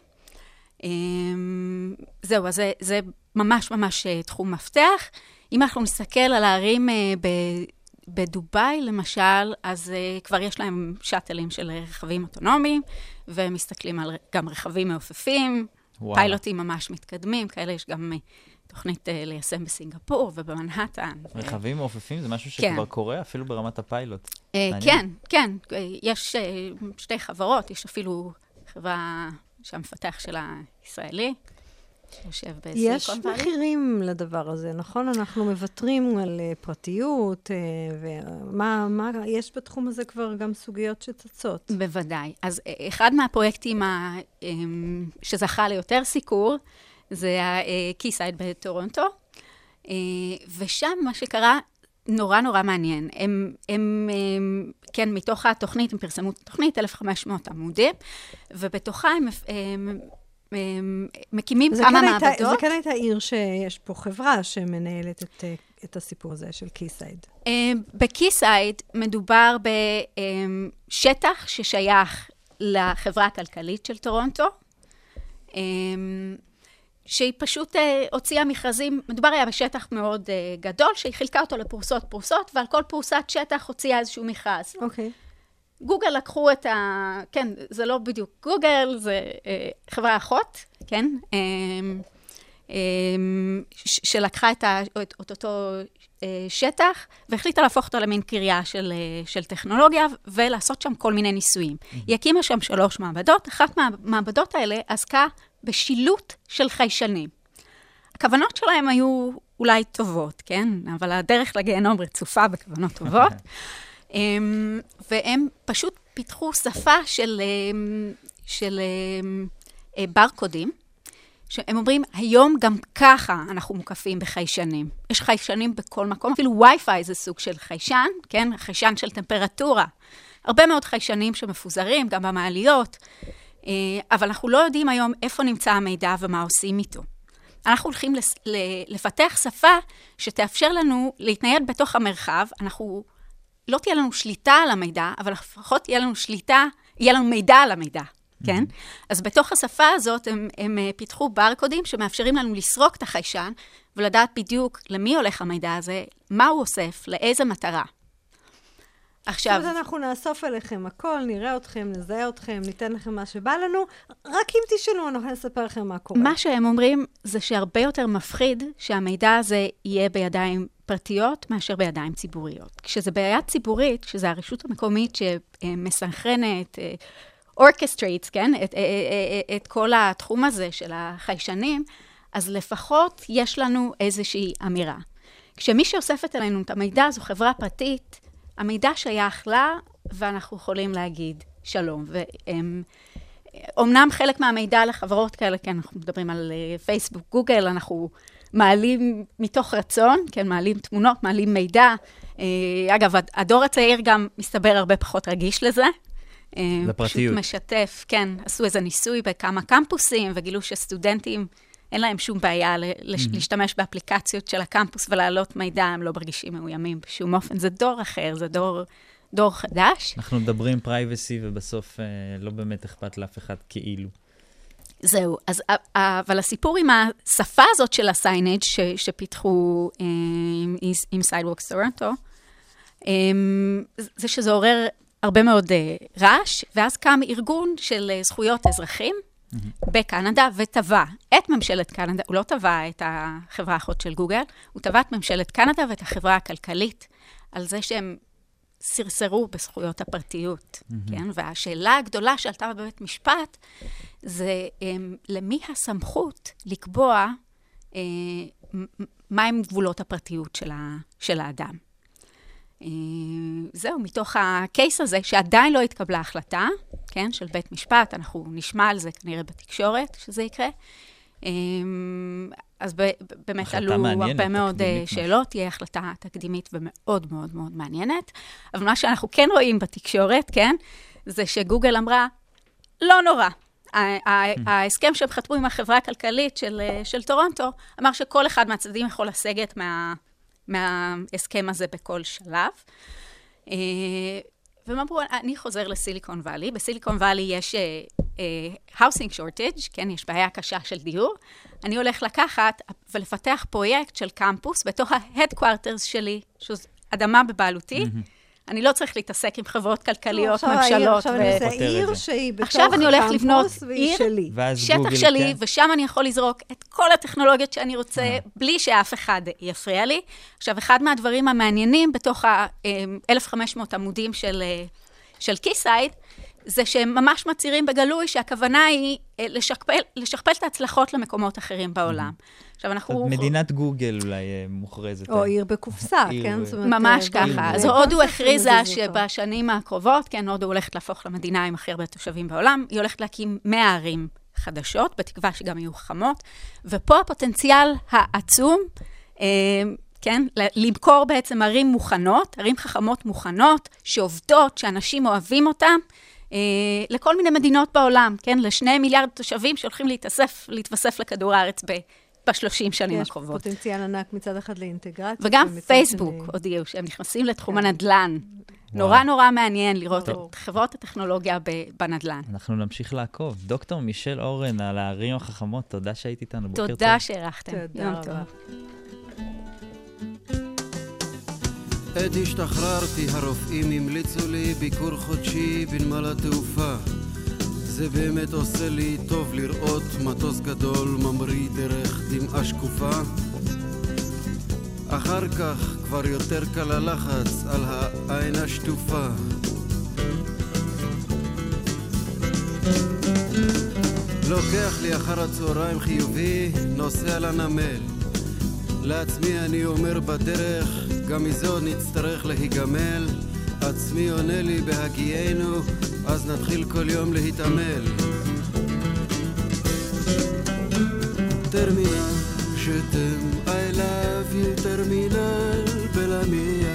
זהו, אז זה ממש ממש תחום מפתח. אם אנחנו נסתכל על הערים בדוביי, למשל, אז כבר יש להם שאטלים של רכבים אוטונומיים, ומסתכלים על גם רכבים מעופפים, פיילוטים ממש מתקדמים, כאלה יש גם תוכנית ליישם בסינגפור ובמנהטן. רכבים מעופפים זה משהו שכבר קורה, אפילו ברמת הפיילוט. כן, כן. יש שתי חברות, יש אפילו חברה שהמפתח שלה ישראלי, שיושב בסיליקון ואלי. יש מחירים לדבר הזה, נכון? אנחנו מוותרים על פרטיות, ומה יש בתחום הזה כבר גם סוגיות שצצות? בוודאי. אז אחד מהפרויקטים שזכה ליותר סיקור, זה ה-Quayside בטורונטו, ושם מה שקרה נורא נורא מעניין. כן, מתוך התוכנית, הם פרסמו את התוכנית, 1,500 עמודים, ובתוכה הם מקימים כמה מעבדות. זה כאן הייתה עיר שיש פה חברה שמנהלת את הסיפור הזה של Quayside. ב-Quayside מדובר בשטח ששייך לחברה הכלכלית של טורונטו, שהיא פשוט הוציאה מכרזים, מדובר היה בשטח מאוד גדול, שהיא חילקה אותו לפרוסות, ועל כל פרוסת שטח הוציאה איזשהו מכרז. אוקיי. גוגל לקחו כן, זה לא בדיוק גוגל, זה חברה אחות, כן? שלקחה את אותו שטח, והחליטה להפוך אותו למין קריה של טכנולוגיה, ולעשות שם כל מיני ניסויים. היא הקימה שם 3 מעבדות, אחת מהמעבדות האלה עסקה בשילוט של חיישנים. הכוונות שלהם היו אולי טובות, כן? אבל הדרך לגיהנום רצופה בכוונות טובות. והם פשוט פיתחו שפה של ברקודים, שהם אומרים, היום גם ככה אנחנו מוקפים בחיישנים. יש חיישנים בכל מקום, אפילו וי-פיי זה סוג של חיישן, כן? חיישן של טמפרטורה. הרבה מאוד חיישנים שמפוזרים, גם במעליות, אבל אנחנו לא יודעים היום איפה נמצא המידע ומה עושים איתו. אנחנו הולכים לפתח שפה שתאפשר לנו להתנייד בתוך המרחב, לא תהיה לנו שליטה על המידע, אבל לפחות יהיה לנו מידע על המידע, כן? אז בתוך השפה הזאת הם פיתחו ברקודים שמאפשרים לנו לסרוק את החיישן, ולדעת בדיוק למי הולך המידע הזה, מה הוא אוסף, לאיזה מטרה. עכשיו... אנחנו נאסוף אליכם הכל, נראה אתכם, נזהה אתכם, ניתן לכם מה שבא לנו, רק אם תשאלו, אנחנו נספר לכם מה קורה. מה שהם אומרים זה שהרבה יותר מפחיד שהמידע הזה יהיה בידיים פרטיות מאשר בידיים ציבוריות. כשזה ביד ציבורית, שזה הרשות המקומית שמסנכרנת, orchestrates, כן? את כל התחום הזה של החיישנים, אז לפחות יש לנו איזושהי אמירה. כשמי שאוספת עלינו את המידע זו חברה פרטית, המידע שייך לה, ואנחנו יכולים להגיד שלום. אומנם חלק מהמידע לחברות כאלה, כן, אנחנו מדברים על פייסבוק, גוגל, אנחנו מעלים מתוך רצון, כן, מעלים תמונות, מעלים מידע. אגב, הדור הצעיר גם מסתבר הרבה פחות רגיש לזה. לפרטיות. פשוט משתף, כן, עשו איזה ניסוי בכמה קמפוסים, וגילו שסטודנטים, אין להם שום בעיה להשתמש באפליקציות של הקמפוס ולהעלות מידע, הם לא מרגישים מאוימים בשום אופן. זה דור אחר, זה דור חדש. אנחנו מדברים פרייבסי, ובסוף לא באמת אכפת לאף אחד כאילו. זהו, אבל הסיפור עם השפה הזאת של הסיינג' שפיתחו עם Sidewalks Toronto, זה שזה עורר הרבה מאוד רעש, ואז קם ארגון של זכויות אזרחים בקנדה, וטבע את ממשלת קנדה, הוא לא טבע את החברה האחות של גוגל, הוא טבע את ממשלת קנדה ואת החברה הכלכלית, על זה שהם סרסרו בזכויות הפרטיות, כן? והשאלה הגדולה שעלתה בבית משפט, זה למי הסמכות לקבוע מהם גבולות הפרטיות של האדם. זהו, מתוך הקייס הזה, שעדיין לא התקבלה החלטה, כן, של בית משפט, אנחנו נשמע על זה כנראה בתקשורת, שזה יקרה. אז באמת עלו הרבה מאוד שאלות, תהיה החלטה תקדימית ומאוד מאוד מאוד מעניינת. אבל מה שאנחנו כן רואים בתקשורת, כן, זה שגוגל אמרה, לא נורא. ההסכם שהם חתמו עם החברה הכלכלית של טורונטו, אמר שכל אחד מהצדדים יכול לסגת מההסכם הזה בכל שלב. והם אמרו, אני חוזר לסיליקון ואלי. בסיליקון ואלי יש housing shortage, כן, יש בעיה קשה של דיור, אני הולך לקחת ולפתח פרויקט של קמפוס בתוך ה-headquarters שלי, שזו אדמה בבעלותי, אני לא צריך להתעסק עם חברות כלכליות, ממשלות. עכשיו אני עושה עיר שהיא בתוך עכשיו אני הולך לבנות עיר, שטח שלי, ושם אני יכול לזרוק את כל הטכנולוגיות שאני רוצה, בלי שאף אחד יפריע לי. עכשיו, אחד מהדברים המעניינים בתוך ה-1500 עמודים של קיסייד, זה שהם ממש מצהירים בגלוי שהכוונה היא לשכפל את ההצלחות למקומות אחרים בעולם. עכשיו אנחנו... מדינת גוגל אולי מוכרזת. או עיר בקופסה, כן? ממש ככה. אז הודו הכריזה שבשנים הקרובות, כן, הודו הולכת להפוך למדינה עם הכי הרבה תושבים בעולם, היא הולכת להקים 100 ערים חדשות, בתקווה שגם יהיו חכמות, ופה הפוטנציאל העצום, כן, למכור בעצם ערים מוכנות, ערים חכמות מוכנות, שעובדות, שאנשים אוהבים אותם, לכל מיני מדינות בעולם, כן, ל2 מיליארד תושבים שהולכים להתווסף לכדור הארץ ב-30 שנים הקרובות. יש פוטנציאל ענק מצד אחד לאינטגרציה. וגם פייסבוק הודיעו שהם נכנסים לתחום הנדל"ן. נורא נורא מעניין לראות את חברות הטכנולוגיה בנדל"ן. אנחנו נמשיך לעקוב. דוקטור מישל אורן על הערים החכמות, תודה שהיית איתנו. בוקר טוב. תודה שהערכתם. יום טוב. עת השתחררתי, הרופאים המליצו לי ביקור חודשי בנמל התעופה. זה באמת עושה לי טוב לראות מטוס גדול ממריא דרך דמעה שקופה. אחר כך כבר יותר קל הלחץ על העין השטופה. לוקח לי אחר הצהריים חיובי, נוסע לנמל. לעצמי אני אומר בדרך, גם מזו נצטרך להיגמל. עצמי עונה לי בהגיינו, אז נתחיל כל יום להתעמל. טרמינל, שתם, I love you, טרמינל בלמיה.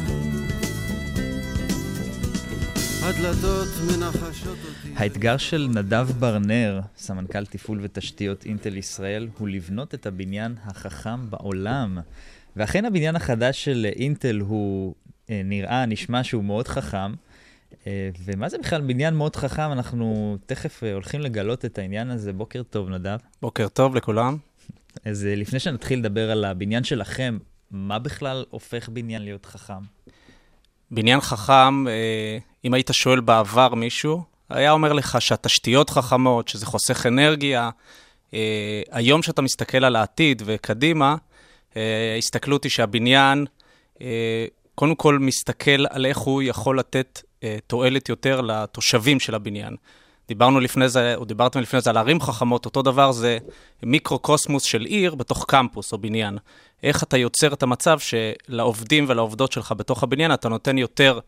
הדלתות מנחשות אותי. האתגר של נדב ברנר, סמנכ"ל תפעול ותשתיות אינטל ישראל, הוא לבנות את הבניין החכם בעולם. ואכן הבניין החדש של אינטל הוא נשמע שהוא מאוד חכם. ומה זה בכלל בניין מאוד חכם? אנחנו תכף הולכים לגלות את העניין הזה. בוקר טוב, נדב. בוקר טוב לכולם. אז לפני שנתחיל לדבר על הבניין שלכם, מה בכלל הופך בניין להיות חכם? בניין חכם, אם היית שואל בעבר מישהו, היה אומר לך שהתשתיות חכמות, שזה חוסך אנרגיה. היום שאתה מסתכל על העתיד וקדימה, הסתכלות היא שהבניין, קודם כל מסתכל על איך הוא יכול לתת תועלת יותר לתושבים של הבניין. דיברתם לפני זה על ערים חכמות, אותו דבר זה מיקרו-קוסמוס של עיר בתוך קמפוס או בניין. איך אתה יוצר את המצב שלעובדים ולעובדות שלך בתוך הבניין, אתה נותן יותר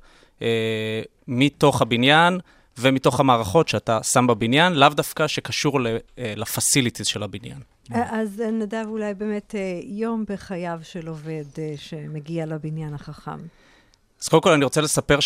מתוך הבניין ומתוך המערכות שאתה שם בבניין, לאו דווקא שקשור לפסיליטיז של הבניין. אז נדב, אולי באמת יום בחייו של עובד שמגיע לבניין החכם. אז קודם כל אני רוצה לספר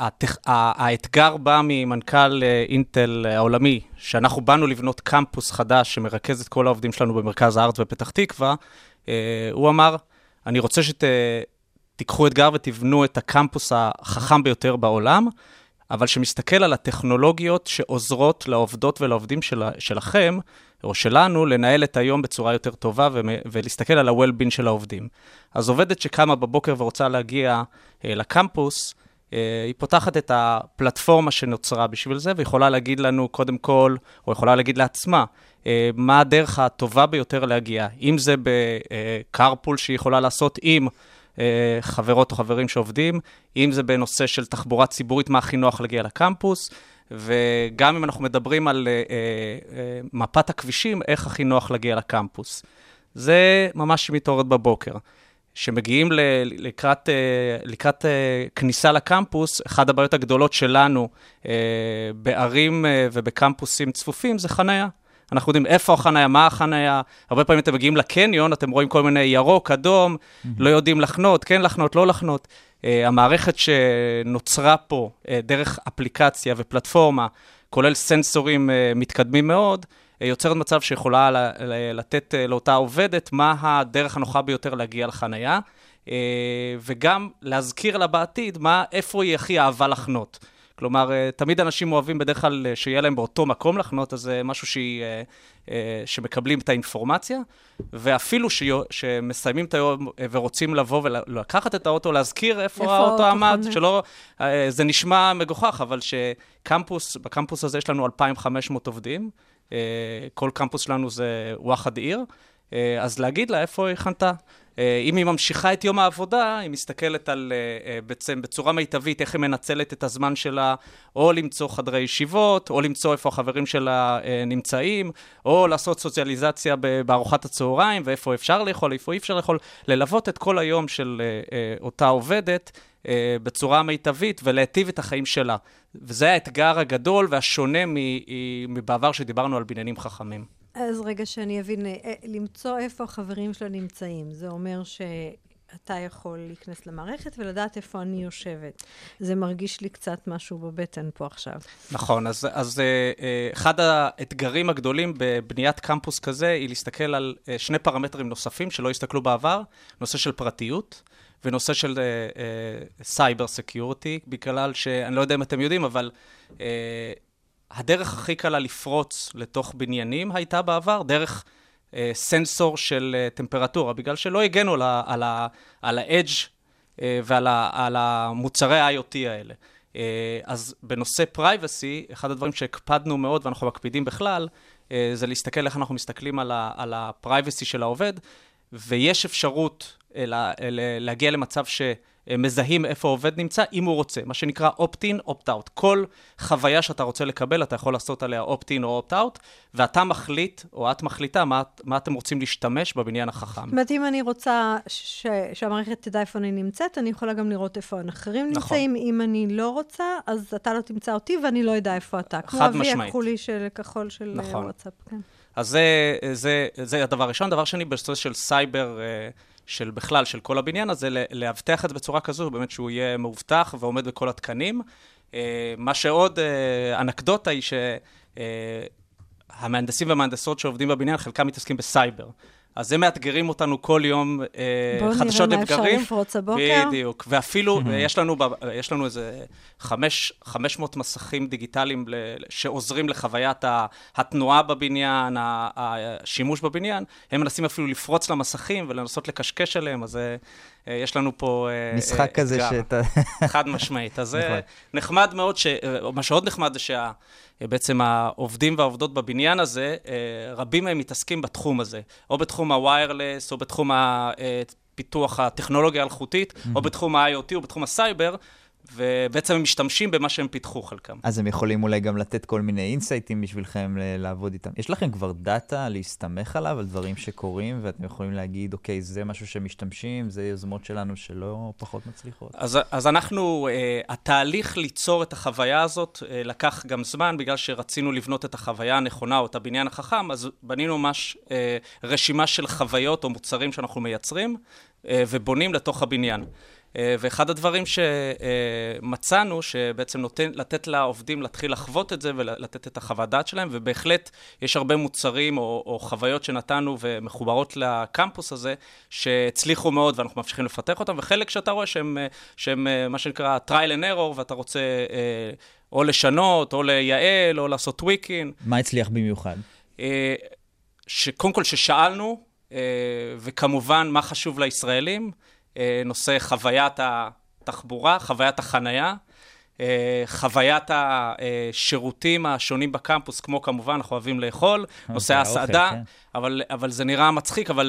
שהאתגר בא ממנכ"ל אינטל העולמי, שאנחנו באנו לבנות קמפוס חדש שמרכז את כל העובדים שלנו במרכז הארץ בפתח תקווה. הוא אמר, אני רוצה שתיקחו אתגר ותבנו את הקמפוס החכם ביותר בעולם, אבל שמסתכל על הטכנולוגיות שעוזרות לעובדות ולעובדים שלכם, או שלנו, לנהל את היום בצורה יותר טובה ולהסתכל על ה-well-being של העובדים. אז עובדת שקמה בבוקר ורוצה להגיע לקמפוס, היא פותחת את הפלטפורמה שנוצרה בשביל זה, ויכולה להגיד לנו קודם כל, או יכולה להגיד לעצמה, מה הדרך הטובה ביותר להגיע. אם זה בקארפול שהיא יכולה לעשות עם חברות או חברים שעובדים, אם זה בנושא של תחבורה ציבורית, מה הכי נוח להגיע לקמפוס, וגם אם אנחנו מדברים על מפת הכבישים, איך הכי נוח להגיע לקמפוס. זה ממש מתעוררת בבוקר. שמגיעים לקראת כניסה לקמפוס, אחד הבעיות הגדולות שלנו בערים ובקמפוסים צפופים זה חניה. אנחנו יודעים איפה החניה, מה החניה. הרבה פעמים אתם מגיעים לקניון, אתם רואים כל מיני ירוק, אדום, לא יודעים לחנות, כן לחנות, לא לחנות. המערכת שנוצרה פה דרך אפליקציה ופלטפורמה, כולל סנסורים מתקדמים מאוד, יוצרת מצב שיכולה לתת לאותה עובדת מה הדרך הנוחה ביותר להגיע לחנייה, וגם להזכיר לה בעתיד איפה היא הכי אהבה לחנות. כלומר, תמיד אנשים אוהבים בדרך כלל שיהיה להם באותו מקום לחנות, אז זה משהו שמקבלים את האינפורמציה, ואפילו שמסיימים את היום ורוצים לבוא ולקחת את האוטו, להזכיר איפה האוטו עמד, שלא, זה נשמע מגוחך, אבל בקמפוס הזה יש לנו 2,500 עובדים, כל קמפוס שלנו זה וואחד עיר, אז להגיד לה איפה היא חנתה. אם היא ממשיכה את יום העבודה, היא מסתכלת על, בעצם בצורה מיטבית, איך היא מנצלת את הזמן שלה, או למצוא חדרי ישיבות, או למצוא איפה החברים שלה נמצאים, או לעשות סוציאליזציה בארוחת הצהריים, ואיפה אפשר לאכול, איפה אי אפשר לאכול, ללוות את כל היום של אותה עובדת, בצורה מיטבית, ולהטיב את החיים שלה. וזה האתגר הגדול והשונה מבעבר שדיברנו על בניינים חכמים. אז רגע שאני אבין, למצוא איפה החברים שלה נמצאים, זה אומר שאתה יכול להיכנס למערכת ולדעת איפה אני יושבת. זה מרגיש לי קצת משהו בבטן פה עכשיו. נכון, אז אחד האתגרים הגדולים בבניית קמפוס כזה, היא להסתכל על שני פרמטרים נוספים שלא הסתכלו בעבר, נושא של פרטיות, ונושא של סייבר סקיורטי, בגלל שאני לא יודע אם אתם יודעים, אבל הדרך הכי קלה לפרוץ לתוך בניינים הייתה בעבר, דרך סנסור של טמפרטורה, בגלל שלא הגנו על ה-edge ועל המוצרי ה-IoT האלה. אז בנושא privacy, אחד הדברים שהקפדנו מאוד ואנחנו מקפידים בכלל, זה להסתכל איך אנחנו מסתכלים על ה-privacy של העובד, ויש אפשרות להגיע למצב שמזהים איפה העובד נמצא, אם הוא רוצה, מה שנקרא opt-in, opt-out. כל חוויה שאתה רוצה לקבל, אתה יכול לעשות עליה opt-in או opt-out, ואתה מחליט, או את מחליטה, מה אתם רוצים להשתמש בבניין החכם. זאת אומרת, אם אני רוצה שהמערכת תדע איפה אני נמצאת, אני יכולה גם לראות איפה אחרים נמצאים. אם אני לא רוצה, אז אתה לא תמצא אותי, ואני לא יודע איפה אתה. כמו אבי הכחולי של כחול של וואטסאפ. אז זה הדבר הראשון. דבר שני, בנושא של סייבר, של בכלל, של כל הבניין, אז זה להבטח את זה בצורה כזו, באמת שהוא יהיה מאובטח ועומד בכל התקנים. מה שעוד אנקדוטה היא שהמהנדסים והמהנדסות שעובדים בבניין, חלקם מתעסקים בסייבר. אז הם מאתגרים אותנו כל יום חדשות לבקרים. בואו נראה מה אפשר לפרוץ הבוקר. בדיוק. ואפילו יש לנו איזה 500 מסכים דיגיטליים שעוזרים לחוויית התנועה בבניין, השימוש בבניין. הם מנסים אפילו לפרוץ למסכים ולנסות לקשקש עליהם, אז יש לנו פה משחק כזה שאתה... חד משמעית. אז זה נחמד מאוד, מה שעוד נחמד זה בעצם העובדים והעובדות בבניין הזה, רבים מהם מתעסקים בתחום הזה, או בתחום הוויירלס, או בתחום פיתוח הטכנולוגיה האלחוטית, או בתחום ה-IoT, או בתחום הסייבר, ובעצם הם משתמשים במה שהם פיתחו חלקם. אז הם יכולים אולי גם לתת כל מיני אינסייטים בשבילכם לעבוד איתם. יש לכם כבר דאטה להסתמך עליו, על דברים שקורים, ואתם יכולים להגיד, אוקיי, זה משהו שמשתמשים, זה יוזמות שלנו שלא פחות מצליחות. אז אנחנו, התהליך ליצור את החוויה הזאת לקח גם זמן, בגלל שרצינו לבנות את החוויה הנכונה או את הבניין החכם, אז בנינו ממש רשימה של חוויות או מוצרים שאנחנו מייצרים, ובונים לתוך הבניין. ואחד הדברים שמצאנו, שבעצם לתת לעובדים להתחיל לחוות את זה ולתת את החוות דעת שלהם, ובהחלט יש הרבה מוצרים או חוויות שנתנו ומחוברות לקמפוס הזה, שהצליחו מאוד ואנחנו ממשיכים לפתח אותם, וחלק שאתה רואה שהם מה שנקרא trial and error, ואתה רוצה או לשנות, או לייעל, או לעשות טוויקין. מה הצליח במיוחד? קודם כל ששאלנו, וכמובן מה חשוב לישראלים, נושא חוויית התחבורה, חוויית החנייה, חוויית השירותים השונים בקמפוס, כמו כמובן, אנחנו אוהבים לאכול, נושא ההסעדה, אבל זה נראה מצחיק, אבל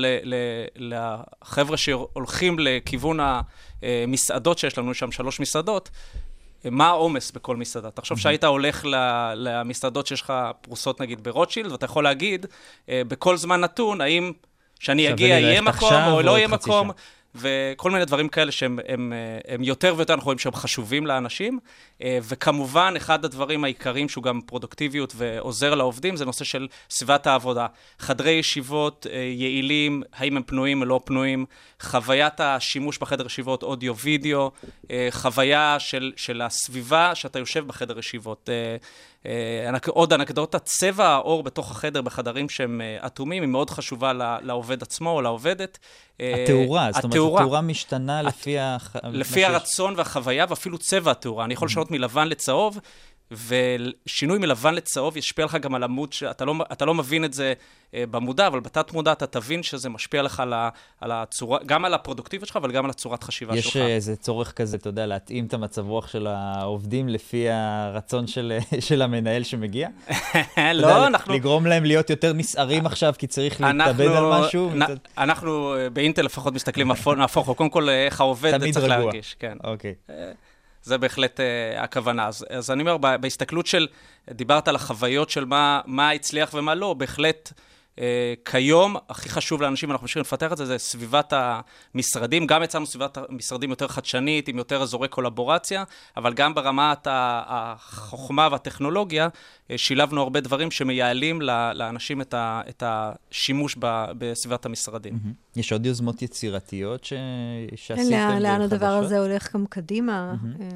לחבר'ה שהולכים לכיוון המסעדות שיש לנו שם, 3 מסעדות, מה העומס בכל מסעדה? תחשוב שהיית הולך למסעדות שיש לך פרוסות נגיד ברוטשילד, ואתה יכול להגיד, בכל זמן נתון, האם שאני אגיע יהיה מקום או לא יהיה מקום, וכל מיני דברים כאלה שהם יותר ויותר אנחנו רואים שהם חשובים לאנשים, וכמובן אחד הדברים העיקריים שהוא גם פרודוקטיביות ועוזר לעובדים, זה נושא של סביבת העבודה. חדרי ישיבות יעילים, האם הם פנויים או לא פנויים, חוויית השימוש בחדר ישיבות, אודיו וידאו, חוויה של הסביבה שאתה יושב בחדר ישיבות. עוד אנקדוטה, צבע האור בתוך החדר, בחדרים שהם אטומים, היא מאוד חשובה לעובד עצמו או לעובדת. התאורה, זאת אומרת, התאורה משתנה לפי הרצון והחוויה, ואפילו צבע התאורה. אני יכול לשנות מלבן לצהוב, ושינוי מלבן לצהוב ישפיע לך גם על עמוד, אתה לא מבין את זה במודע, אבל בתת מודע אתה תבין שזה משפיע לך על הצורה, גם על הפרודוקטיביות שלך, אבל גם על הצורת חשיבה שלך. יש איזה צורך כזה, אתה יודע, להתאים את המצב רוח של העובדים לפי הרצון של המנהל שמגיע? לא, אנחנו... לגרום להם להיות יותר נסערים עכשיו, כי צריך להתאבד על משהו? אנחנו באינטל לפחות מסתכלים נהפוך, קודם כל איך העובד צריך להרגיש. תמיד רגוע. אוקיי. זה בהחלט הכוונה. אז אני אומר, בהסתכלות של, דיברת על החוויות של מה הצליח ומה לא, בהחלט כיום, הכי חשוב לאנשים, אנחנו משאירים לפתח את זה, זה סביבת המשרדים, גם יצאנו סביבת המשרדים יותר חדשנית, עם יותר אזורי קולבורציה, אבל גם ברמת החוכמה והטכנולוגיה, שילבנו הרבה דברים שמייעלים לאנשים את השימוש בסביבת המשרדים. יש עוד יוזמות יצירתיות שעשיתם? לאן הדבר הזה הולך גם קדימה?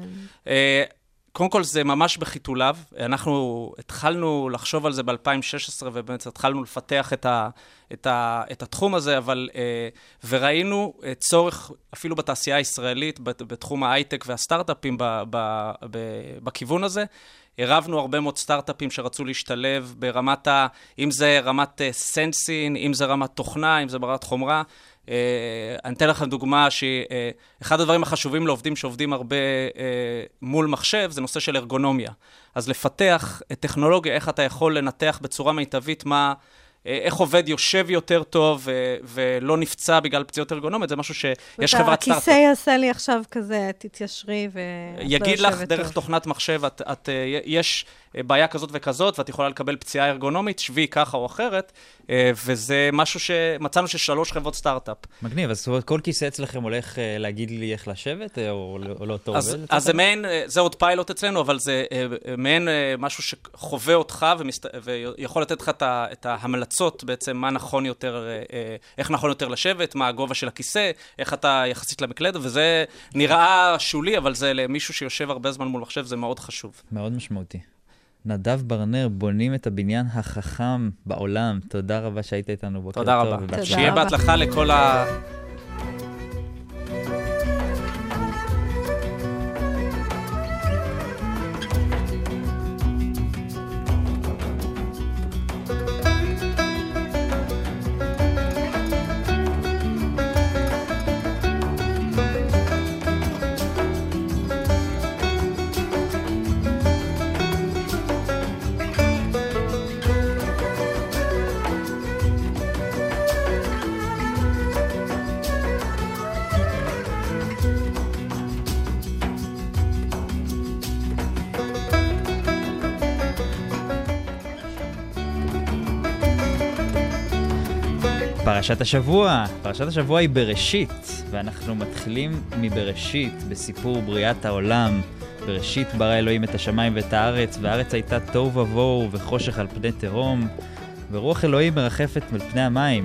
קודם כל זה ממש בחיתוליו, אנחנו התחלנו לחשוב על זה ב-2016 ובאמת התחלנו לפתח את התחום הזה, אבל וראינו צורך אפילו בתעשייה הישראלית, בתחום ההייטק והסטארט-אפים בכיוון הזה, הרבנו הרבה מאוד סטארט-אפים שרצו להשתלב ברמת, אם זה רמת סנסין, אם זה רמת תוכנה, אם זה ברמת חומרה, אני אתן לכם דוגמה שאחד הדברים החשובים לעובדים שעובדים הרבה מול מחשב, זה נושא של ארגונומיה. אז לפתח טכנולוגיה, איך אתה יכול לנתח בצורה מיטבית איך עובד יושב יותר טוב ולא נפצע בגלל פציעות ארגונומיות, זה משהו שיש חברת סטארט-אפ. הכיסא יעשה לי עכשיו כזה, תתיישרי יגיד לך דרך תוכנת מחשב, יש בעיה כזאת וכזאת, ואת יכולה לקבל פציעה ארגונומית, שבי ככה או אחרת, וזה משהו שמצאנו ששלוש חברות סטארט-אפ. מגניב, אז כל כיסא אצלכם הולך להגיד לי איך לשבת, או לא אותו עובד? אז זה מעין, זה עוד פיילוט אצלנו, אבל זה מעין משהו שחווה אותך, ויכול לתת לך את ההמלצות בעצם, מה נכון יותר, איך נכון יותר לשבת, מה הגובה של הכיסא, איך אתה יחסית למקלדת, וזה נראה שולי, אבל זה למישהו שיושב הרבה זמן מול מחשב, זה מאוד חשוב. מאוד משמעותי. נדב ברנר, בונים את הבניין החכם בעולם. תודה רבה שהיית איתנו בוקר טוב. תודה רבה. שיהיה בהצלחה לכל פרשת השבוע היא בראשית, ואנחנו מתחילים מבראשית, בסיפור בריאת העולם. בראשית ברא אלוהים את השמיים ואת הארץ, והארץ הייתה תוהו ובוהו וחושך על פני תהום, ורוח אלוהים מרחפת על פני המים.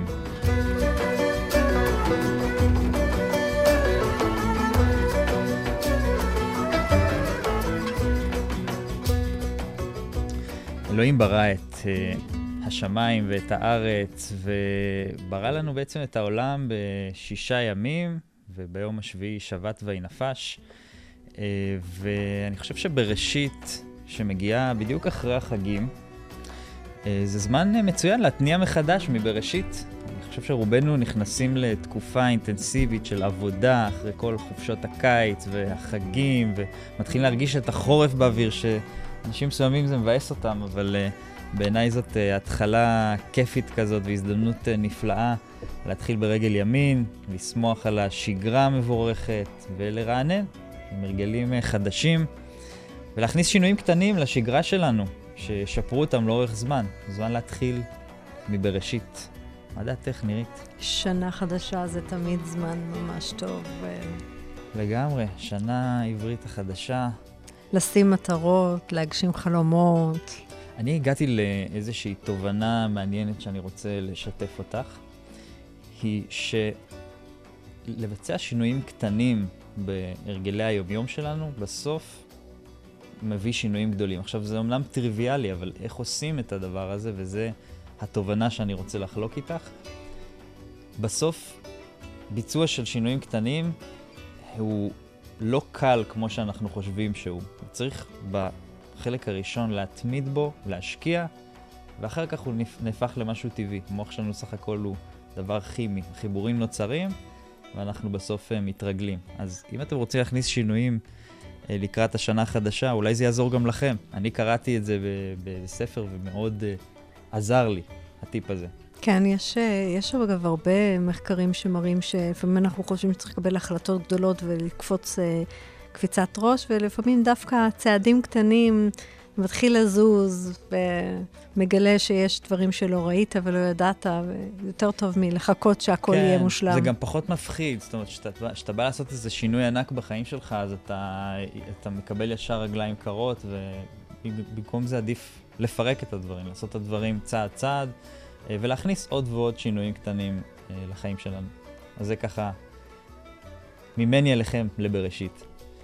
אלוהים ברא את השמיים ואת הארץ, וברא לנו בעצם את העולם ב6 ימים, וביום השביעי שבת וינפש. ואני חושב שבראשית, שמגיעה בדיוק אחרי החגים, זה זמן מצוין להתניע מחדש מבראשית. אני חושב שרובנו נכנסים לתקופה אינטנסיבית של עבודה אחרי כל חופשות הקיץ והחגים, ומתחילים להרגיש את החורף באוויר, שאנשים מסוימים זה מבאס אותם, אבל בעיניי זאת התחלה כיפית כזאת והזדמנות נפלאה להתחיל ברגל ימין, לשמוח על השגרה המבורכת ולרענן עם הרגלים חדשים ולהכניס שינויים קטנים לשגרה שלנו שישפרו אותם לאורך זמן. זמן להתחיל מבראשית. מה דעתך, נירית? שנה חדשה זה תמיד זמן ממש טוב. לגמרי, שנה עברית החדשה. לשים מטרות, להגשים חלומות. אני הגעתי לאיזושהי תובנה מעניינת שאני רוצה לשתף אותך, היא שלבצע שינויים קטנים בהרגלי היומיום שלנו, בסוף מביא שינויים גדולים. עכשיו, זה אומנם טריוויאלי, אבל איך עושים את הדבר הזה, וזה התובנה שאני רוצה לחלוק איתך. בסוף, ביצוע של שינויים קטנים הוא לא קל כמו שאנחנו חושבים שהוא. צריך בחלק הראשון להתמיד בו, להשקיע, ואחר כך הוא נהפך למשהו טבעי. המוח שלנו סך הכל הוא דבר כימי. חיבורים נוצרים, ואנחנו בסוף מתרגלים. אז אם אתם רוצים להכניס שינויים לקראת השנה החדשה, אולי זה יעזור גם לכם. אני קראתי את זה בספר ומאוד עזר לי, הטיפ הזה. כן, יש אגב הרבה מחקרים שמראים שלפעמים אנחנו חושבים שצריך לקבל החלטות גדולות ולקפוץ קפיצת ראש, ולפעמים דווקא צעדים קטנים מתחיל לזוז ומגלה שיש דברים שלא ראית ולא ידעת, ויותר טוב מלחכות שהכל יהיה מושלם. זה גם פחות מפחיד, זאת אומרת, שאתה בא לעשות איזה שינוי ענק בחיים שלך, אז אתה מקבל ישר רגליים קרות, ובמקום זה עדיף לפרק את הדברים, לעשות את הדברים צעד צעד, ולהכניס עוד ועוד שינויים קטנים לחיים שלנו. אז זה ככה, ממני אליכם לבראשית.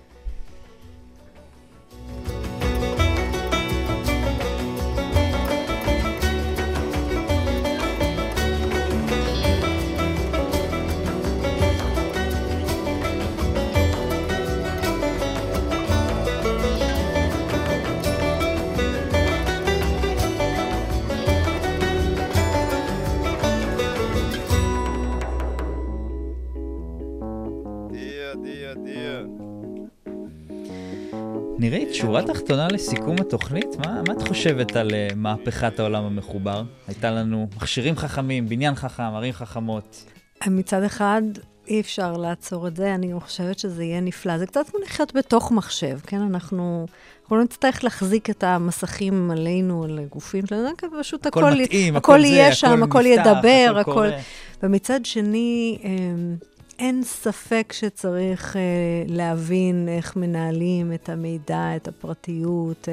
נירית, שורה תחתונה לסיכום התוכנית, מה את חושבת על מהפכת העולם המחובר? הייתה לנו מכשירים חכמים, בניין חכם, ערים חכמות. מצד אחד, אי אפשר לעצור את זה, אני חושבת שזה יהיה נפלא. זה קצת כמו לחיות בתוך מחשב, כן? אנחנו לא נצטרך להחזיק את המסכים עלינו, על הגופים שלנו, פשוט הכל יהיה שם, הכל ידבר, הכל... ומצד שני... אין ספק שצריך להבין איך מנהלים את המידע, את הפרטיות,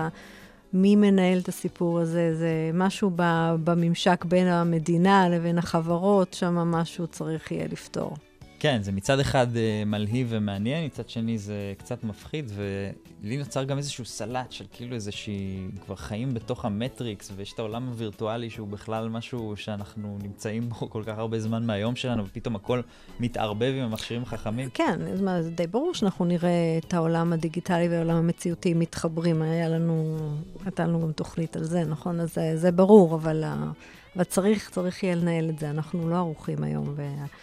מי מנהל את הסיפור הזה. זה משהו בממשק בין המדינה לבין החברות, שם משהו צריך יהיה לפתור. כן, זה מצד אחד מלהיב ומעניין, מצד שני זה קצת מפחיד, ולי נוצר גם איזשהו סלט של כאילו איזושהי כבר חיים בתוך המטריקס, ויש את העולם הווירטואלי שהוא בכלל משהו שאנחנו נמצאים בו כל כך הרבה זמן מהיום שלנו, ופתאום הכל מתערבב עם המכשירים החכמים. כן, זה די ברור שאנחנו נראה את העולם הדיגיטלי והעולם המציאותי מתחברים, הייתה לנו גם תוכנית על זה, נכון? אז זה ברור, אבל צריך יהיה לנהל את זה, אנחנו לא ערוכים היום,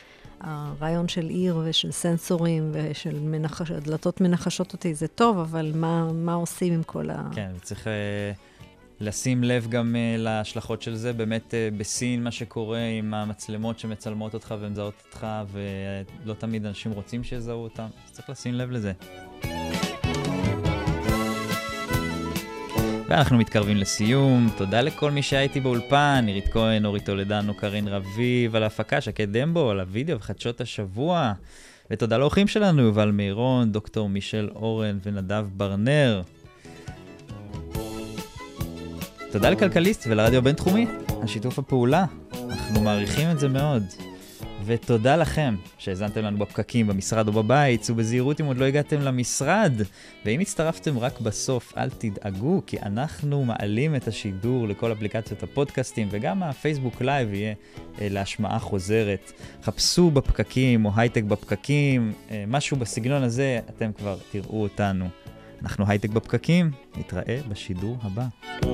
הרעיון של עיר ושל סנסורים ושל דלתות מנחשות אותי זה טוב, אבל מה עושים עם כל כן, צריך לשים לב גם להשלכות של זה. באמת בסין מה שקורה עם המצלמות שמצלמות אותך ומזהות אותך, ולא תמיד אנשים רוצים שיזהו אותם. צריך לשים לב לזה. ואנחנו מתקרבים לסיום. תודה לכל מי שהייתי באולפן, נירית כהן, אורי טולדנו, קרין רביב, על ההפקה, שקד דמבו, על הוידאו וחדשות השבוע. ותודה לאורחים שלנו, יובל מירון, דוקטור מישל אורן ונדב ברנר. תודה לכלכליסט ולרדיו בינתחומי, השיתוף הפעולה. אנחנו מעריכים את זה מאוד. ותודה לכם שהזנתם לנו בפקקים, במשרד או בבית, צאו בזהירות אם עוד לא הגעתם למשרד. ואם הצטרפתם רק בסוף, אל תדאגו, כי אנחנו מעלים את השידור לכל אפליקציות הפודקאסטים, וגם הפייסבוק לייב יהיה להשמעה חוזרת. חפשו בפקקים או הייטק בפקקים, משהו בסגנון הזה, אתם כבר תראו אותנו. אנחנו הייטק בפקקים, נתראה בשידור הבא.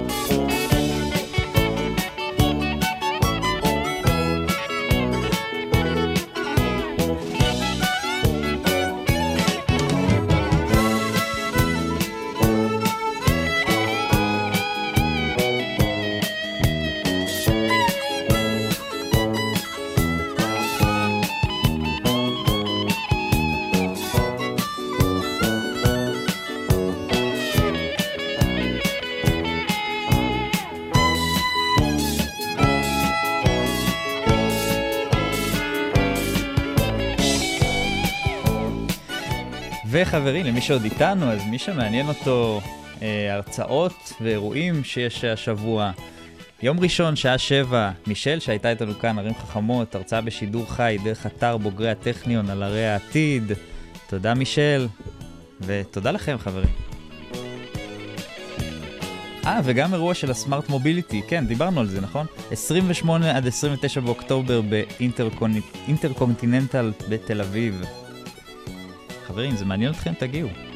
וחברים, למי שעוד איתנו, אז מי שמעניין אותו הרצאות ואירועים שיש השבוע. יום ראשון, שעה 7, מישל שהייתה איתנו כאן, ערים חכמות, הרצאה בשידור חי דרך אתר בוגרי הטכניון על ערי העתיד. תודה מישל, ותודה לכם חברים. וגם אירוע של הסמארט מוביליטי, כן, דיברנו על זה, נכון? 28 עד 29 באוקטובר באינטרקונטיננטל בתל אביב. חברים, זה מעניין אתכם? תגיעו.